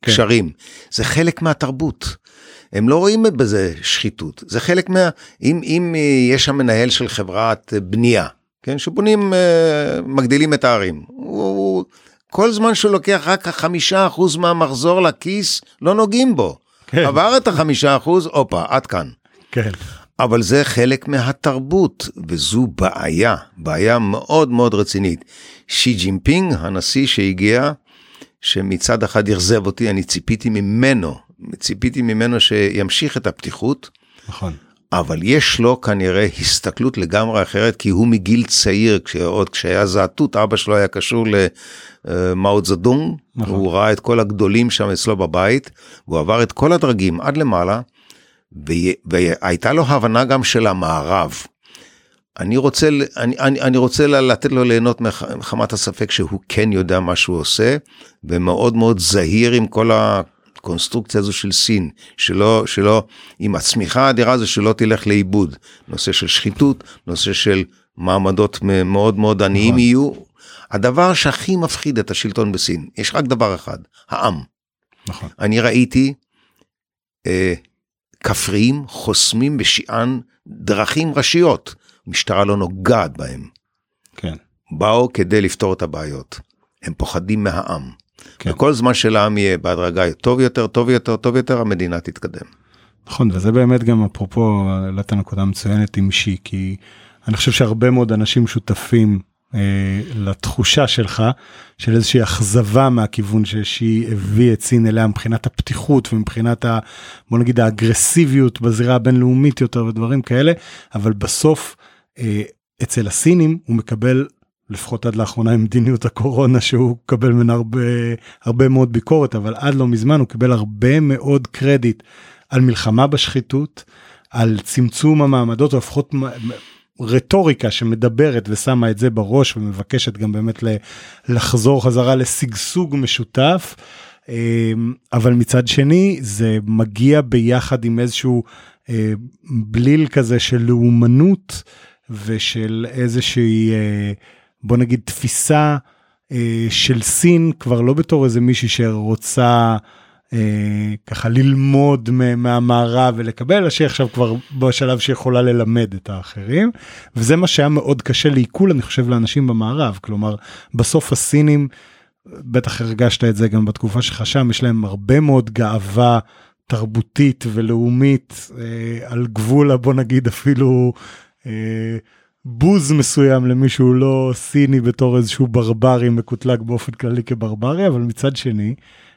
קשרים. זה חלק מהתרבות. הם לא רואים בזה שחיתות. זה חלק אם יש שם מנהל של חברת בנייה, כן, שבונים, מגדילים את הערים. כל זמן שהוא לוקח רק 5% מהמחזור לכיס, לא נוגעים בו. כן. עבר את 5%, אופה, עד כאן. כן. אבל זה חלק מהתרבות, וזו בעיה מאוד מאוד רצינית. שי ג'ינפינג, הנשיא שהגיע, שמצד אחד ירזב אותי, אני ציפיתי ממנו שימשיך את הפתיחות. נכון. אבל יש לו כנראה הסתכלות לגמרי אחרת, כי הוא מגיל צעיר, עוד כשהיה זעתות, אבא שלו היה קשור למאו צדונג, נכון. הוא ראה את כל הגדולים שם אצלו בבית, והוא עבר את כל הדרגים עד למעלה, והייתה לו הבנה גם של המערב. אני רוצה לתת לו ליהנות מחמת הספק שהוא כן יודע מה שהוא עושה, ומאוד מאוד זהיר עם כל הקונסטרוקציה הזו של סין, שלא, עם הצמיחה האדירה הזו שלא תלך לאיבוד, נושא של שחיתות, נושא של מעמדות מאוד מאוד עניים יהיו, הדבר שהכי מפחיד את השלטון בסין, יש רק דבר אחד, העם. נכון. אני ראיתי כפריים חוסמים בשיען דרכים ראשיות, משטרה לא נוגעת בהם. כן. באו כדי לפתור את הבעיות. הם פוחדים מהעם. כן. וכל זמן שלעם יהיה בהדרגה טוב יותר, המדינה תתקדם. נכון, וזה באמת גם אפרופו, לתת נקודה מצוינת עם שי, כי אני חושב שהרבה מאוד אנשים שותפים לתחושה שלך, של איזושהי אכזבה מהכיוון ששי הביא את סין אליה, מבחינת הפתיחות ומבחינת, בוא נגיד, האגרסיביות בזירה הבינלאומית יותר ודברים כאלה, אבל בסוף, אצל הסינים הוא מקבל, לפחות עד לאחרונה עם מדיניות הקורונה, שהוא מקבל מן הרבה מאוד ביקורת, אבל עד לא מזמן הוא קיבל הרבה מאוד קרדיט על מלחמה בשחיתות, על צמצום המעמדות, או לפחות רטוריקה שמדברת ושמה את זה בראש, ומבקשת גם באמת לחזור חזרה לסגסוג משותף, אבל מצד שני זה מגיע ביחד עם איזשהו בליל כזה של לאומנות, ושל איזושהי, בוא נגיד, תפיסה של סין, כבר לא בתור איזה מישהי שרוצה ככה ללמוד מהמערב ולקבל, אלא שעכשיו כבר בשלב שיכולה ללמד את האחרים, וזה מה שהיה מאוד קשה לעיכול, אני חושב, לאנשים במערב, כלומר, בסוף הסינים, בטח הרגשת את זה גם בתקופה שלך שם, יש להם הרבה מאוד גאווה תרבותית ולאומית, על גבול, בוא נגיד אפילו בוז מסוים למישהו לא סיני בתור איזשהו ברברי מקוטלג באופן כללי כברברי, אבל מצד שני,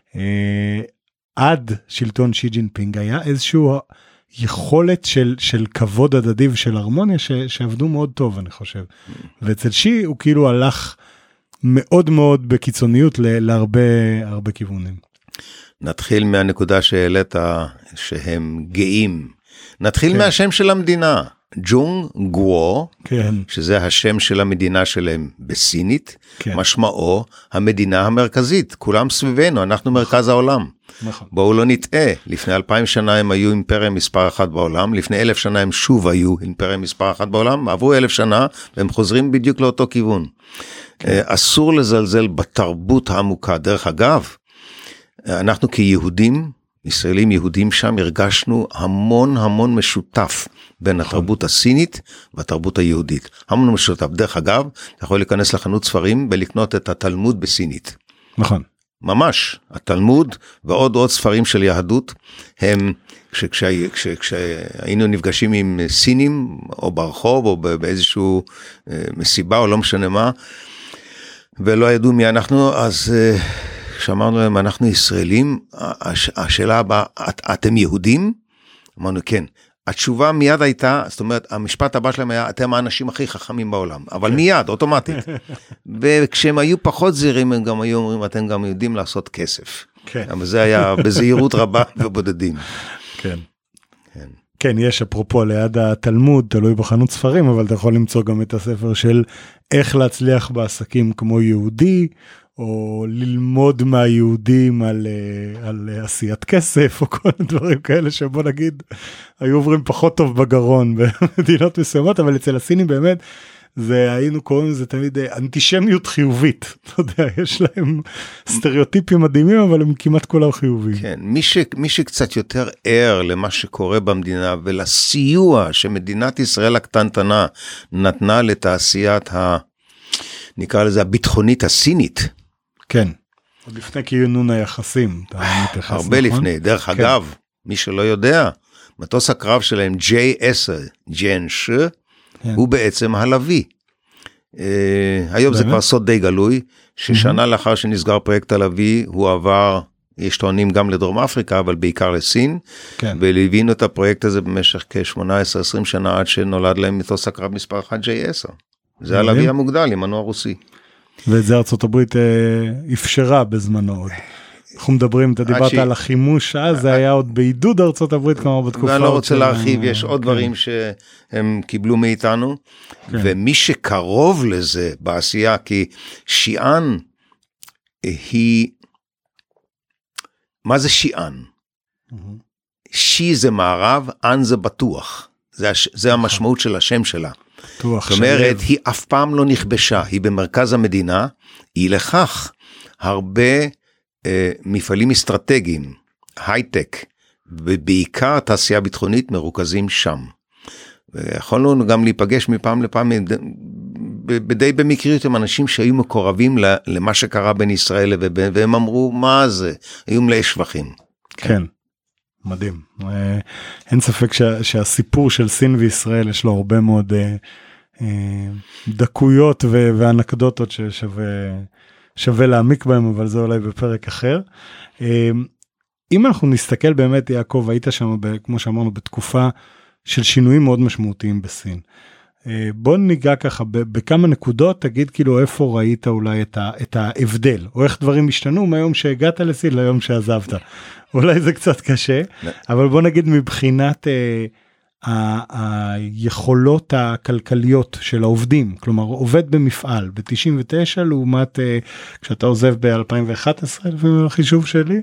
עד שלטון שי ג'ינפינג היה איזשהו יכולת של כבוד הדדי ושל הרמוניה שעבדו מאוד טוב, אני חושב. ואצל שי הוא כאילו הלך מאוד מאוד בקיצוניות להרבה כיוונים. נתחיל מהנקודה שהעלית שהם גאים. נתחיל מהשם של המדינה. ג'ונג גוו, כן. שזה השם של המדינה שלהם בסינית, כן. משמעו המדינה המרכזית, כולם סביבנו, אנחנו מרכז העולם. נכון. בואו לא נטעה, לפני 2000 שנה הם היו אימפריה מספר אחת בעולם, לפני 1000 שנה הם שוב היו אימפריה מספר אחת בעולם, עברו 1000 שנה והם חוזרים בדיוק לאותו כיוון. כן. אסור לזלזל בתרבות העמוקה, דרך אגב, אנחנו כיהודים, ישראלים יהודים שם, הרגשנו המון משותף בין התרבות הסינית והתרבות היהודית. המון משותף. דרך אגב, אתה יכול להיכנס לחנות ספרים ולקנות את התלמוד בסינית. נכון. ממש. התלמוד ועוד ספרים של יהדות, הם, כשהיינו נפגשים עם סינים, או ברחוב, או באיזשהו מסיבה, או לא משנה מה, ולא ידעו מי אנחנו, אז כשאמרנו להם, אנחנו ישראלים, השאלה הבאה, אתם יהודים? אמרנו, כן. התשובה מיד הייתה, זאת אומרת, המשפט הבא שלהם היה, אתם האנשים הכי חכמים בעולם, אבל מיד, אוטומטית. וכשהם היו פחות זהירים, הם גם היו אומרים, אתם גם יודעים לעשות כסף. כן. אבל זה היה בזהירות רבה ובודדים. כן. כן. כן, יש אפרופו ליד התלמוד, תלוי בחנות ספרים, אבל אתה יכול למצוא גם את הספר של איך להצליח בעסקים כמו יהודי, או ללמוד מהיהודים על עשיית כסף, או כל הדברים כאלה שבוא נגיד, היו עוברים פחות טוב בגרון במדינות מסוימות, אבל אצל הסינים באמת, היינו קוראים לזה תמיד אנטישמיות חיובית, אתה יודע, יש להם סטריאוטיפים מדהימים, אבל הם כמעט כולם חיוביים. כן, מי שקצת יותר ער למה שקורה במדינה, ולסיוע שמדינת ישראל הקטנטנה נתנה לתעשיית נקרא לזה הביטחונית הסינית. כן, עוד לפני כינון היחסים. הרבה לפני, דרך אגב, מי שלא יודע, מטוס הקרב שלהם J-10, ג'ן-ש, הוא בעצם הלוי. היום זה כבר סוד די גלוי, ששנה לאחר שנסגר פרויקט הלוי, הוא עבר, יש טוענים גם לדרום אפריקה, אבל בעיקר לסין, ולהבינו את הפרויקט הזה במשך כ-18-20 שנה, עד שנולד להם מטוס הקרב מספר 1 J-10. זה הלוי המוגדל, עם מנוע רוסי. ואת זה ארצות הברית אפשרה בזמנו עוד. אנחנו מדברים, אתה דיברת על החימוש, זה היה עוד בעידוד ארצות הברית, כמו בתקופה. ואני לא רוצה להרחיב, יש עוד דברים שהם קיבלו מאיתנו, ומי שקרוב לזה בעשייה, כי שיען היא, מה זה שיען? שי זה מערב, אן זה בטוח. זה המשמעות של השם שלה. זאת אומרת, היא אף פעם לא נכבשה, היא במרכז המדינה, היא לכך הרבה מפעלים אסטרטגיים, הייטק, ובעיקר תעשייה ביטחונית מרוכזים שם. ויכולנו גם להיפגש מפעם לפעם, די במקריות עם אנשים שהיו מקורבים למה שקרה בין ישראל והם אמרו, מה זה? היו מלאי שבחים. כן, מדהים. אין ספק שהסיפור של סין וישראל יש לו הרבה מאוד דקויות ואנקדוטות ששווה להעמיק בהם, אבל זה אולי בפרק אחר. אם אנחנו נסתכל באמת, יעקב, היית שם, כמו שאמרנו, בתקופה של שינויים מאוד משמעותיים בסין. בוא ניגע ככה, בכמה נקודות, תגיד כאילו איפה ראית אולי את ההבדל, או איך דברים השתנו מהיום שהגעת לסין ליום שעזבת. אולי זה קצת קשה, אבל בוא נגיד מבחינת היכולות הכלכליות של העובדים, כלומר עובד במפעל ב-99 לעומת כשאתה עוזב ב-2011 לפעמים החישוב שלי,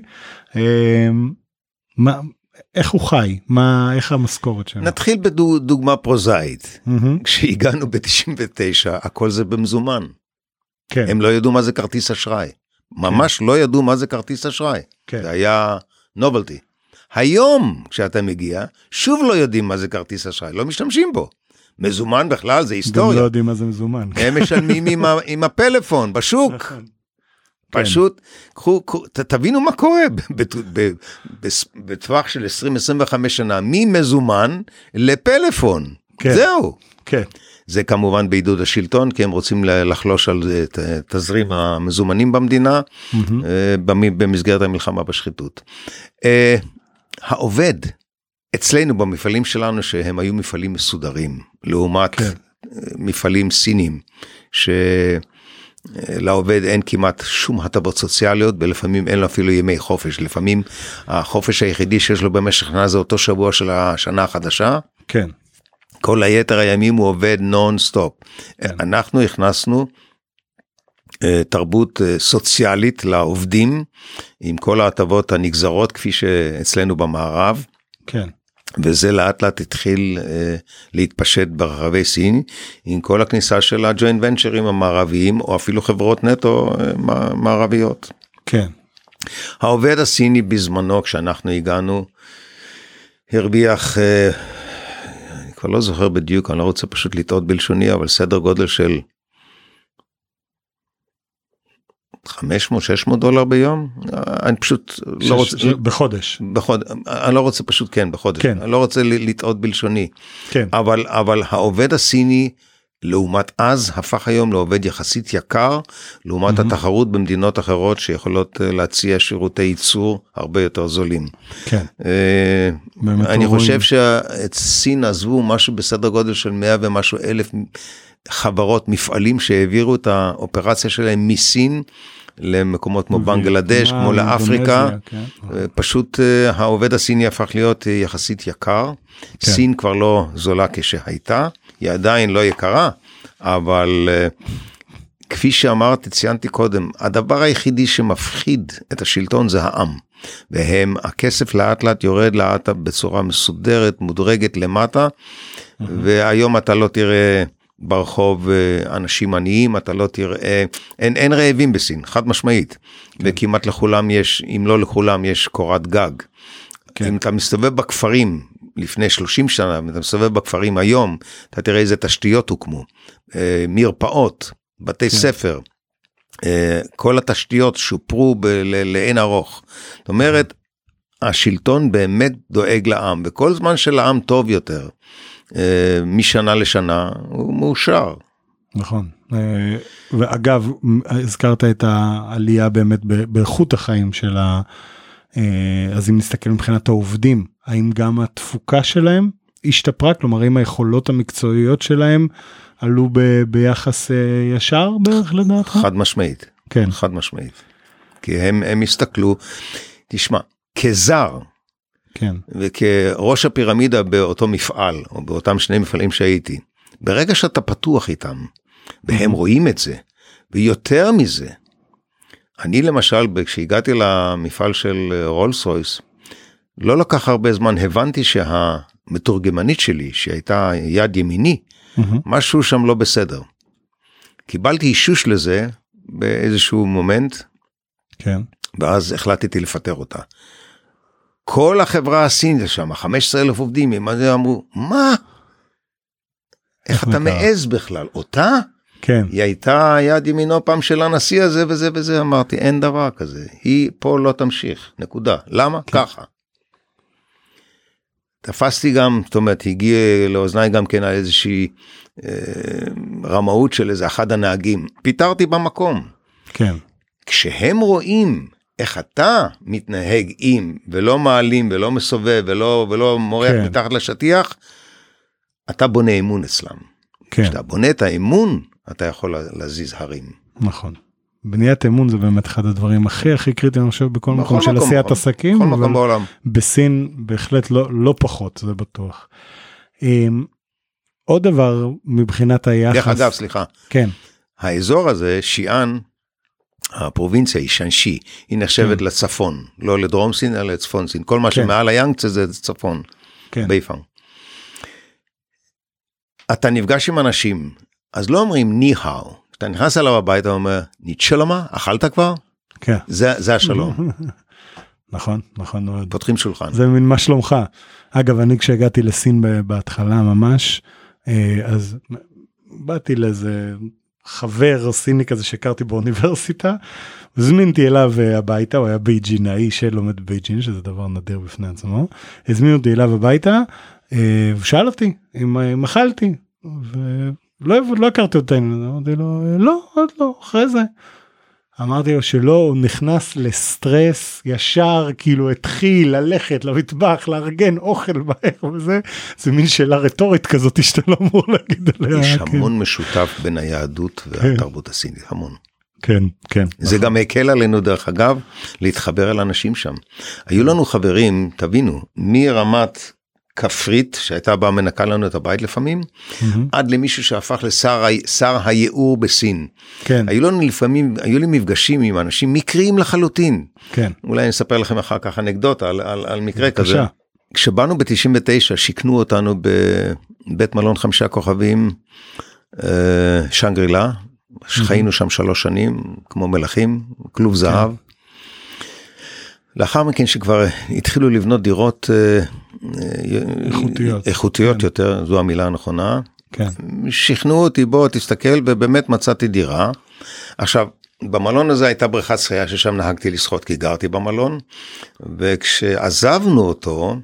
איך הוא חי? איך המשכורת שלו? נתחיל בדוגמה פרוזאית. כשהגענו ב-99 הכל זה במזומן. הם לא ידעו מה זה כרטיס אשראי. ממש לא ידעו מה זה כרטיס אשראי. זה היה נובלטי. היום כשאתה מגיע, שוב לא יודעים מה זה כרטיס אשראי, לא משתמשים בו. מזומן בכלל זה היסטוריה. גם לא יודעים מה זה מזומן. הם משלמים עם הפלאפון בשוק. פשוט, תבינו מה קורה בטווח של 20-25 שנה, ממזומן לפלאפון. זהו. זה כמובן בעידוד השלטון, כי הם רוצים לחלוש על תזרים המזומנים במדינה, במסגרת המלחמה בשחיתות. העובד, אצלנו במפעלים שלנו, שהם היו מפעלים מסודרים, לעומת מפעלים סינים, שלעובד אין כמעט שום הטבות סוציאליות, ולפעמים אין לו אפילו ימי חופש, לפעמים החופש היחידי שיש לו במשך שנה, זה אותו שבוע של השנה החדשה. כן. כל היתר הימים הוא עובד נון-סטופ. אנחנו הכנסנו תרבות סוציאלית לעובדים, עם כל ההטבות הנגזרות, כפי שאצלנו במערב. כן. וזה לאט לאט התחיל להתפשט ברחבי סין, עם כל הכניסה של הג'וינט ונצ'רים המערביים, או אפילו חברות נטו מערביות. כן. העובד הסיני בזמנו, כשאנחנו הגענו, הרוויח, אני כבר לא זוכר בדיוק, אני לא רוצה פשוט לטעות בלשוני, אבל סדר גודל של $500-600 ביום, אני פשוט לא רוצה... בחודש. אני לא רוצה פשוט, כן, בחודש. כן. אני לא רוצה לטעות בלשוני. כן. אבל העובד הסיני, לעומת אז, הפך היום לעובד יחסית יקר, לעומת התחרות במדינות אחרות, שיכולות להציע שירותי ייצור הרבה יותר זולים. כן. אני חושב שאת סין עזבו משהו בסדר גודל של 100 ומשהו אלף חברות, מפעלים שהעבירו את האופרציה שלהם מסין, למקומות כמו בנגלדש, כמו לאפריקה, פשוט העובד הסיני הפך להיות יחסית יקר, סין כבר לא זולה כשהייתה, היא עדיין לא יקרה, אבל כפי שאמרתי, ציינתי קודם, הדבר היחידי שמפחיד את השלטון זה העם, והם, הכסף לאט לאט יורד לאט בצורה מסודרת, מודרגת למטה, והיום אתה לא תראה ברחוב אנשים עניים, אתה לא תראה, אין רעבים בסין, חד משמעית, וכמעט לכולם יש, אם לא לכולם יש קורת גג. אם אתה מסתובב בכפרים לפני 30 שנה, אם אתה מסתובב בכפרים היום, אתה תראה איזה תשתיות הוקמו, מרפאות, בתי ספר, כל התשתיות שופרו לאין ארוך. זאת אומרת, השלטון באמת דואג לעם, וכל זמן שלעם טוב יותר, משנה לשנה, הוא מאושר. נכון. ואגב, הזכרת את העלייה באמת באיכות החיים של אז אם נסתכל מבחינת העובדים, האם גם התפוקה שלהם השתפרה? כלומר, האם היכולות המקצועיות שלהם עלו ביחס ישר בערך לדעתך? חד משמעית. כן. חד משמעית. כי הם הסתכלו, תשמע, כזר, כן. וכראש הפירמידה באותו מפעל, או באותם שני מפעלים שהייתי, ברגע שאתה פתוח איתם, והם רואים את זה, ויותר מזה, אני למשל, כשהגעתי למפעל של רולס רויס, לא לקח הרבה זמן, הבנתי שהמתורגמנית שלי, שהייתה יד ימיני, משהו שם לא בסדר. קיבלתי אישוש לזה, באיזשהו מומנט, כן. ואז החלטתי לפטר אותה. כל החברה הסינית שם, 15,000 עובדים, הם אמרו, מה? איך אתה מעז בכלל? אותה? כן. היא הייתה יד ימינו פעם של הנשיא הזה וזה וזה, אמרתי, אין דבר כזה, היא פה לא תמשיך, נקודה. למה? כן. ככה. תפסתי גם, זאת אומרת, הגיע לאוזניי גם כן על איזושהי רמאות של איזה אחד הנהגים, פיתרתי במקום. כן. כשהם רואים איך אתה מתנהג עם, ולא מעלים, ולא מסובב, ולא מורח כן. מתחת לשטיח, אתה בונה אמון אצלם. כן. כשאתה בונה את האמון, אתה יכול להזיז הרים. נכון. בניית אמון זה באמת אחד הדברים הכי קריטיים, אני חושב, בכל מקום של עשיית עסקים. בכל מקום בעולם. בסין בהחלט לא פחות, זה בטוח. עוד דבר מבחינת היחס. דרך אגב, סליחה. כן. האזור הזה, שיאן, הפרובינציה היא שאנשי, היא נחשבת לצפון, לא לדרום סין, אלא לצפון סין. כל מה שמעל היאנגצה זה צפון, בייפאנג. אתה נפגש עם אנשים, אז לא אומרים ניהאו, כשאתה נכנס אליו הביתה, הוא אומר, ניטשלמה, אכלת כבר? כן. זה השלום. נכון. פותחים שולחן. זה מין מה שלומך. אגב, אני כשהגעתי לסין בהתחלה ממש, אז באתי לאיזה חבר סיני כזה שהכרתי באוניברסיטה, הזמינתי אליו הביתה, הוא היה בייג'ינאי שלומד בייג'ין, שזה דבר נדיר בפני עצמו, הזמין אותי אליו הביתה, ושאל אותי אם אכלתי, ולא הכרתי אותי, אמרתי לו, לא, עוד לא, אחרי זה. אמרתי לו שלא, הוא נכנס לסטרס, ישר כאילו התחיל ללכת למטבח, לארגן אוכל בערך וזה, זה מין שאלה רטורית כזאת שאתה לא אמור להגיד עליה. יש המון משותף בין היהדות והתרבות הסינית, המון. כן. זה גם הקל עלינו דרך אגב, להתחבר אל אנשים שם. היו לנו חברים, תבינו, מרמת כפרית, שהייתה באה מנקה לנו את הבית לפעמים, עד למישהו שהפך לשר הייעור בסין. כן. היו לי מפגשים עם אנשים מקריים לחלוטין. כן. אולי אני אספר לכם אחר כך אנקדוטה על מקרה כזה. כשבאנו ב-99, שיקנו אותנו בבית מלון 5 כוכבים, שנגרילה, חיינו שם 3 שנים, כמו מלכים, כלוב זהב. לאחר מכן שכבר התחילו לבנות דירות איכותיות יותר, זו המילה הנכונה. שכנעו אותי, בוא תסתכל, ובאמת מצאתי דירה. עכשיו, במלון הזה הייתה בריכת שחייה, ששם נהגתי לשחות, כי גרתי במלון, וכשעזבנו אותו,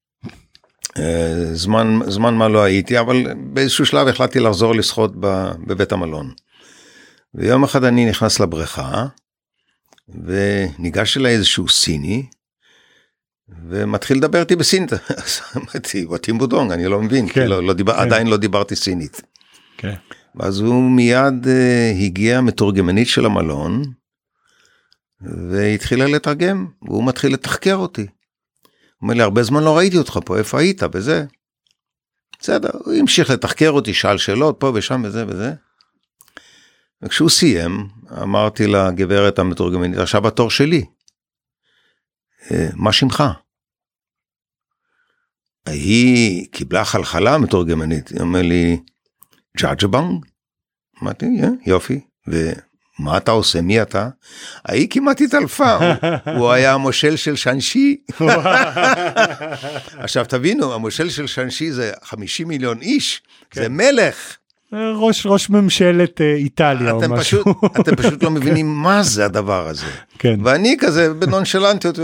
זמן מה לא הייתי, אבל באיזשהו שלב החלטתי לחזור לשחות בבית המלון. ויום אחד אני נכנס לבריכה, וניגש אליי איזשהו סיני, ומתחיל לדבר איתי בסינית. אז אמרתי, וואטים בודונג, אני לא מבין, כי עדיין לא דיברתי סינית. ואז הוא מיד הגיע מתורגמנית של המלון, והתחילה לתרגם, והוא מתחיל לתחקר אותי. הוא אומר לי, הרבה זמן לא ראיתי אותך פה, איפה היית בזה? בסדר, הוא המשיך לתחקר אותי, שאל שאלות פה ושם וזה וזה. וכשהוא סיים, אמרתי לגברת המתורגמנית, עכשיו התור שלי. מה שמך? היא קיבלה חלחלה מתורגמנית, היא אומר לי, ג'אג'בנג? אמרתי, יופי, ומה אתה עושה? מי אתה? היא כמעט התעלפה, הוא היה המושל של שנשי. עכשיו תבינו, המושל של שנשי זה 50 מיליון איש, זה מלך. ראש ממשלת איטליה או משהו. אתם פשוט לא מבינים מה זה הדבר הזה. כן. ואני כזה בנונשלנטיות,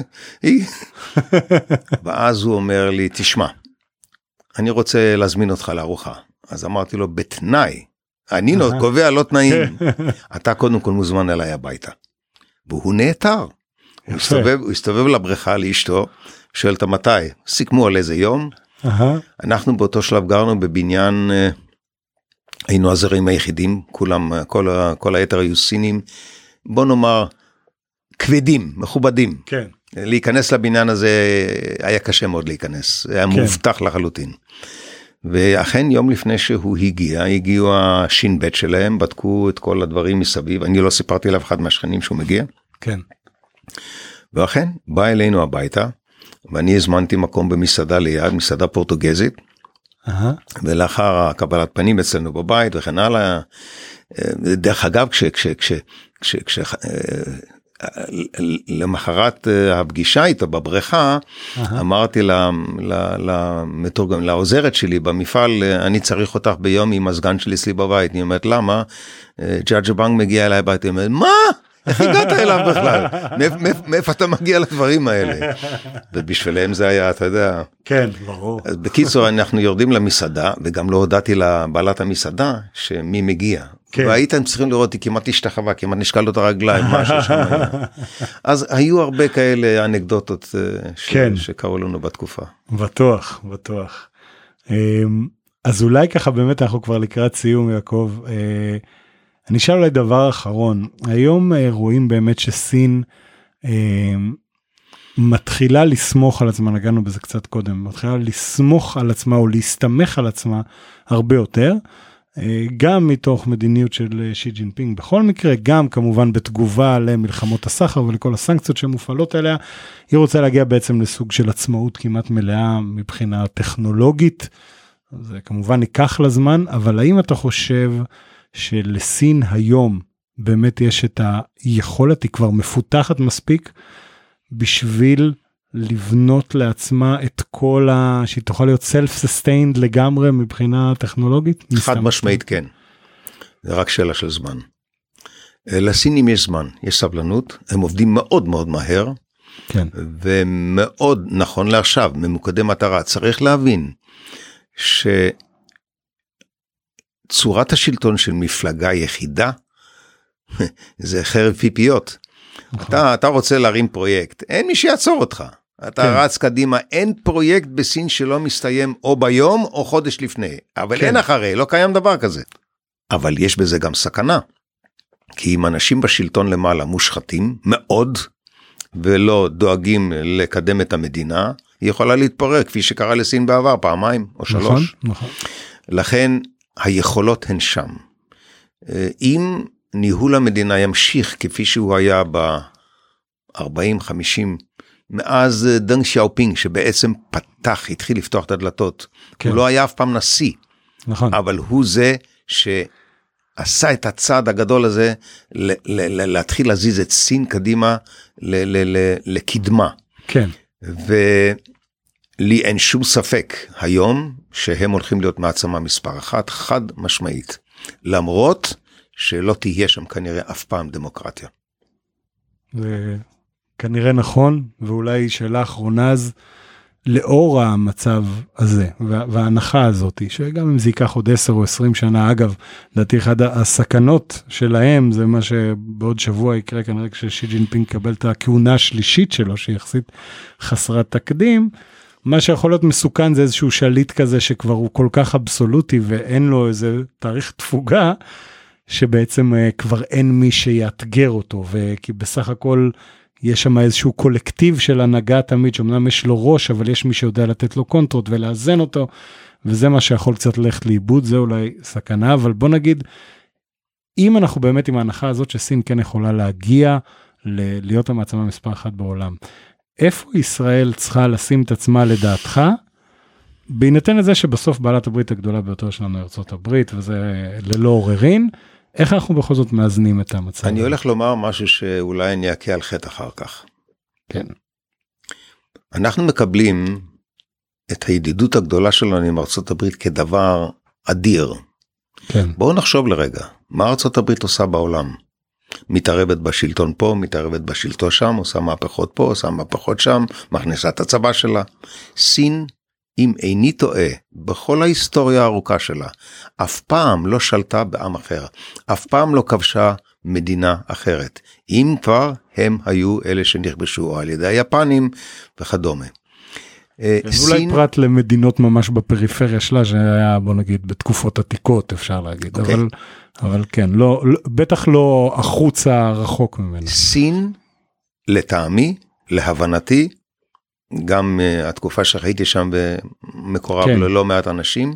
ואז הוא אומר לי, תשמע, אני רוצה להזמין אותך לארוחה. אז אמרתי לו, בתנאי, אני קובע לא תנאים, אתה קודם כל מוזמן אליי הביתה. והוא נעתר. הוא הסתובב לבריכה לאשתו, שואל אותה מתי, סיכמו על איזה יום. אנחנו באותו שלב גרנו בבניין, היינו הזרים היחידים, כולם, כל היתר היו סינים, בוא נאמר, כבדים, מכובדים. כן. להיכנס לבניין הזה היה קשה מאוד להיכנס, היה מובטח לחלוטין. ואכן יום לפני שהוא הגיעו השין בית שלהם, בדקו את כל הדברים מסביב, אני לא סיפרתי לאף אחד מהשכנים שהוא מגיע. כן. ואכן, בא אלינו הביתה, ואני הזמנתי מקום במסעדה ליד, מסעדה פורטוגזית, ולאחר הקבלת פנים אצלנו בבית וכן הלאה, דרך אגב, למחרת הפגישה איתו בבריכה, אמרתי לעוזרת שלי במפעל, אני צריך אותך ביום עם הסגן שלי אצלי בבית. היא אומרת, למה? ג'אג'בנג מגיע אליי הביתה, היא אומרת, מה? איך הגעת אליו בכלל? מאיפה אתה מגיע לדברים האלה? ובשבילם זה היה, אתה יודע. כן, ברור. אז בקיצור, אנחנו יורדים למסעדה, וגם לא הודעתי לבעלת המסעדה, שמי מגיע. והייתם צריכים לראות, היא כמעט השתחווה, כמעט נשקל לו את הרגליים, משהו שם היה. אז היו הרבה כאלה אנקדוטות שקראו לנו בתקופה. בטוח, בטוח. אז אולי ככה באמת אנחנו כבר לקראת סיום, יעקב. אני אשאל אולי דבר אחרון. היום רואים באמת שסין מתחילה לסמוך על עצמה, נגענו בזה קצת קודם, מתחילה לסמוך על עצמה או להסתמך על עצמה הרבה יותר, גם מתוך מדיניות של שי ג'ינפינג בכל מקרה, גם כמובן בתגובה למלחמות הסחר ולכל הסנקציות שמופעלות עליה, היא רוצה להגיע בעצם לסוג של עצמאות כמעט מלאה מבחינה טכנולוגית, זה כמובן ייקח לזמן, אבל האם אתה חושב שלסין היום באמת יש את היכולת, היא כבר מפותחת מספיק, בשביל לבנות לעצמה את כל שהיא תוכל להיות self-sustained לגמרי מבחינה טכנולוגית? חד משמעית כן. זה רק שאלה של זמן. לסינים יש זמן, יש סבלנות, הם עובדים מאוד מאוד מהר, כן. ומאוד נכון לעכשיו, ממוקדי מטרה. צריך להבין שצורת השלטון של מפלגה יחידה, זה חרב פיפיות. אתה רוצה להרים פרויקט, אין מי שיעצור אותך. אתה רץ קדימה, אין פרויקט בסין שלא מסתיים או ביום או חודש לפני, אבל אין אחרי, לא קיים דבר כזה. אבל יש בזה גם סכנה, כי אם אנשים בשלטון למעלה מושחתים מאוד, ולא דואגים לקדם את המדינה, היא יכולה להתפורר, כפי שקרה לסין בעבר, פעמיים או שלוש. נכון. לכן היכולות הן שם. אם ניהול המדינה ימשיך כפי שהוא היה ב-40-50, מאז דנג שיאופינג שבעצם פתח, התחיל לפתוח את הדלתות, הוא לא היה אף פעם נשיא, אבל הוא זה שעשה את הצעד הגדול הזה, להתחיל להזיז את סין קדימה לקדמה. כן. ולי אין שום ספק היום, שהם הולכים להיות מעצמה מספר אחת, חד משמעית, למרות שלא תהיה שם כנראה אף פעם דמוקרטיה. זה כנראה נכון, ואולי שאלה אחרונה אז, לאור המצב הזה, וההנחה הזאת, שגם אם זה ייקח עוד 10 או 20 שנה, אגב, לדעתי אחד הסכנות שלהם, זה מה שבעוד שבוע יקרה, כנראה כששי ג'ינפינג קבל את הכהונה השלישית שלו, שהיא יחסית חסרת תקדים, מה שיכול להיות מסוכן זה איזשהו שליט כזה, שכבר הוא כל כך אבסולוטי, ואין לו איזה תאריך תפוגה, שבעצם כבר אין מי שיאתגר אותו, וכי בסך הכל יש שם איזשהו קולקטיב של הנהגה תמיד, שאומנם יש לו ראש, אבל יש מי שיודע לתת לו קונטרות ולאזן אותו, וזה מה שיכול קצת ללכת לאיבוד, זה אולי סכנה, אבל בוא נגיד, אם אנחנו באמת עם ההנחה הזאת שסין כן יכולה להגיע להיות המעצמה מספר אחת בעולם, איפה ישראל צריכה לשים את עצמה לדעתך, בהינתן לזה שבסוף בעלת הברית הגדולה ביותר שלנו ארצות הברית, וזה ללא עוררין, איך אנחנו בכל זאת מאזנים את המצב? אני הולך לומר משהו שאולי אני אכה על חטא אחר כך. כן. אנחנו מקבלים את הידידות הגדולה שלנו עם ארצות הברית כדבר אדיר. כן. בואו נחשוב לרגע, מה ארצות הברית עושה בעולם? מתערבת בשלטון פה, מתערבת בשלטון שם, עושה מהפכות פה, עושה מהפכות שם, מכניסה את הצבא שלה. סין, אם איני טועה, בכל ההיסטוריה הארוכה שלה, אף פעם לא שלטה בעם אחר, אף פעם לא כבשה מדינה אחרת. אם כבר הם היו אלה שנכבשו על ידי היפנים וכדומה. אולי פרט למדינות ממש בפריפריה שלה, שהיה בוא נגיד בתקופות עתיקות אפשר להגיד, אבל כן, בטח לא החוצה רחוק ממנה. סין, לטעמי, להבנתי, גם התקופה שחייתי שם ומקורב ללא מעט אנשים,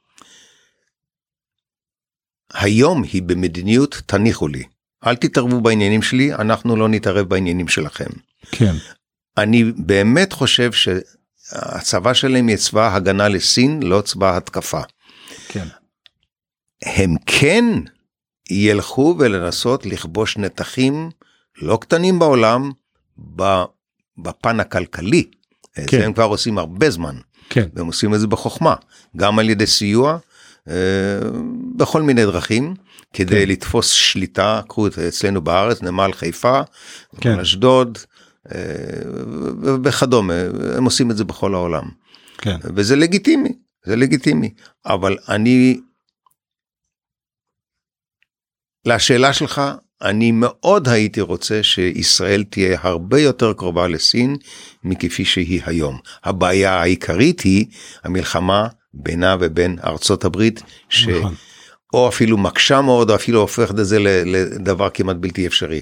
היום היא במדיניות תניחו לי, אל תתערבו בעניינים שלי, אנחנו לא נתערב בעניינים שלכם. כן. אני באמת חושב שהצבא שלהם יהיה צבא הגנה לסין, לא צבא התקפה. כן. הם כן ילכו ולנסות לכבוש נתחים לא קטנים בעולם, בפן הכלכלי. כן. זה הם כבר עושים הרבה זמן. כן. והם עושים את זה בחוכמה, גם על ידי סיוע, בכל מיני דרכים, כדי לתפוס שליטה, קחו אצלנו בארץ, נמל חיפה, נמל אשדוד, וכדומה, הם עושים את זה בכל העולם. כן. וזה לגיטימי, זה לגיטימי, אבל לשאלה שלך, אני מאוד הייתי רוצה שישראל תהיה הרבה יותר קרובה לסין, מכפי שהיא היום. הבעיה העיקרית היא המלחמה בינה ובין ארצות הברית, או אפילו מקשה מאוד, או אפילו הופכת את זה לדבר כמעט בלתי אפשרי.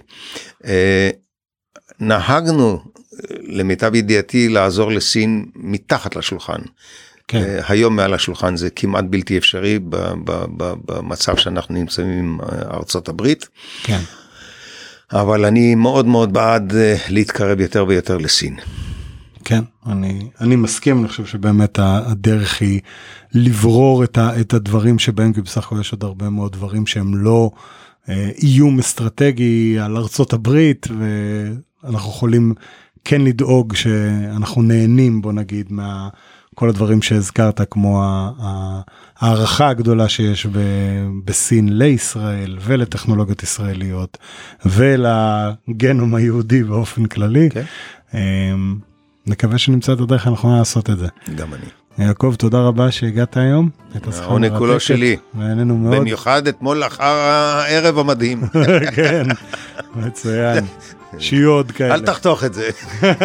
נהגנו, למיטב ידיעתי, לעזור לסין מתחת לשולחן. כן. היום מעל השולחן זה כמעט בלתי אפשרי, במצב שאנחנו נמצאים עם ארצות הברית. כן. אבל אני מאוד מאוד בעד להתקרב יותר ויותר לסין. כן, אני מסכים, אני חושב שבאמת הדרך היא לברור את הדברים שבהם, כי בסך הכל יש עוד הרבה מאוד דברים שהם לא איום אסטרטגי על ארצות הברית, ואנחנו יכולים כן לדאוג שאנחנו נהנים, בוא נגיד, כל הדברים שהזכרת, כמו הערכה הגדולה שיש בסין לישראל, ולטכנולוגיות ישראליות, ולגנום היהודי באופן כללי. נקווה שנמצא את הדרך הנכונה לעשות את זה. גם אני. יעקב, תודה רבה שהגעת היום. העונג כולו שלי. נהנינו מאוד. במיוחד אתמול אחר הערב המדהים. כן, מצוין. שיהיו עוד כאלה. אל תחתוך את זה.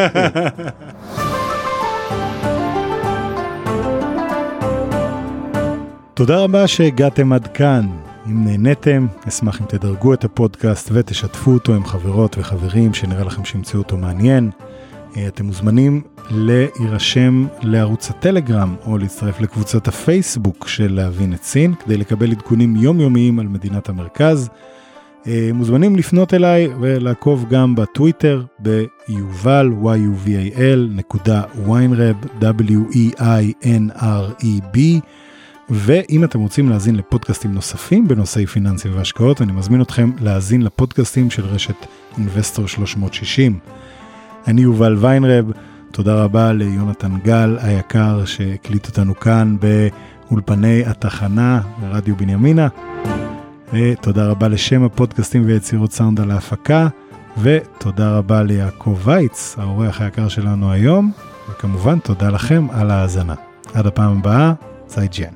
תודה רבה שהגעתם עד כאן. אם נהניתם, אשמח אם תדרגו את הפודקאסט ותשתפו אותו עם חברות וחברים שנראה לכם שימצאו אותו מעניין. אתם מוזמנים להירשם לערוץ הטלגרם או להצטרף לקבוצת הפייסבוק של להבין את סין, כדי לקבל עדכונים יומיומיים על מדינת המרכז. מוזמנים לפנות אליי ולעקוב גם בטוויטר ביובל, yuval.weinreb, WEINREB. ואם אתם רוצים להאזין לפודקאסטים נוספים בנושאי פיננסים והשקעות, אני מזמין אתכם להאזין לפודקאסטים של רשת אינבסטור 360. אני יובל ויינרב, תודה רבה ליונתן גל היקר שהקליט אותנו כאן באולפני התחנה ברדיו בנימינה, ותודה רבה לשם הפודקאסטים ויצירות סאונד על ההפקה, ותודה רבה ליעקב וייץ, האורח היקר שלנו היום, וכמובן תודה לכם על ההאזנה. עד הפעם הבאה, זייג'ן.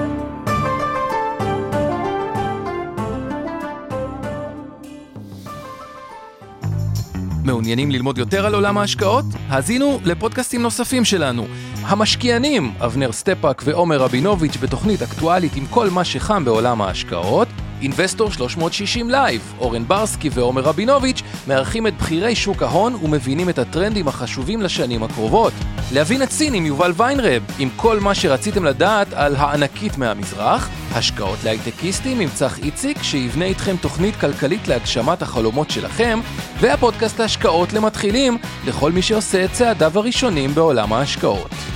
מעוניינים ללמוד יותר על עולם ההשקעות? האזינו לפודקאסטים נוספים שלנו. המשקיענים, אבנר סטפאק ועומר רבינוביץ' בתוכנית אקטואלית עם כל מה שחם בעולם ההשקעות. אינבסטור 360 לייב, אורן ברסקי ועומר רבינוביץ' מארחים את בחירי שוק ההון ומבינים את הטרנדים החשובים לשנים הקרובות. להבין את סין עם יובל ויינרב, עם כל מה שרציתם לדעת על הענקית מהמזרח. השקעות להייטקיסטים עם צח איציק, שיבנה איתכם תוכנית כלכלית להגשמת החלומות שלכם, והפודקאסט ההשקעות למתחילים, לכל מי שעושה את צעדיו הראשונים בעולם ההשקעות.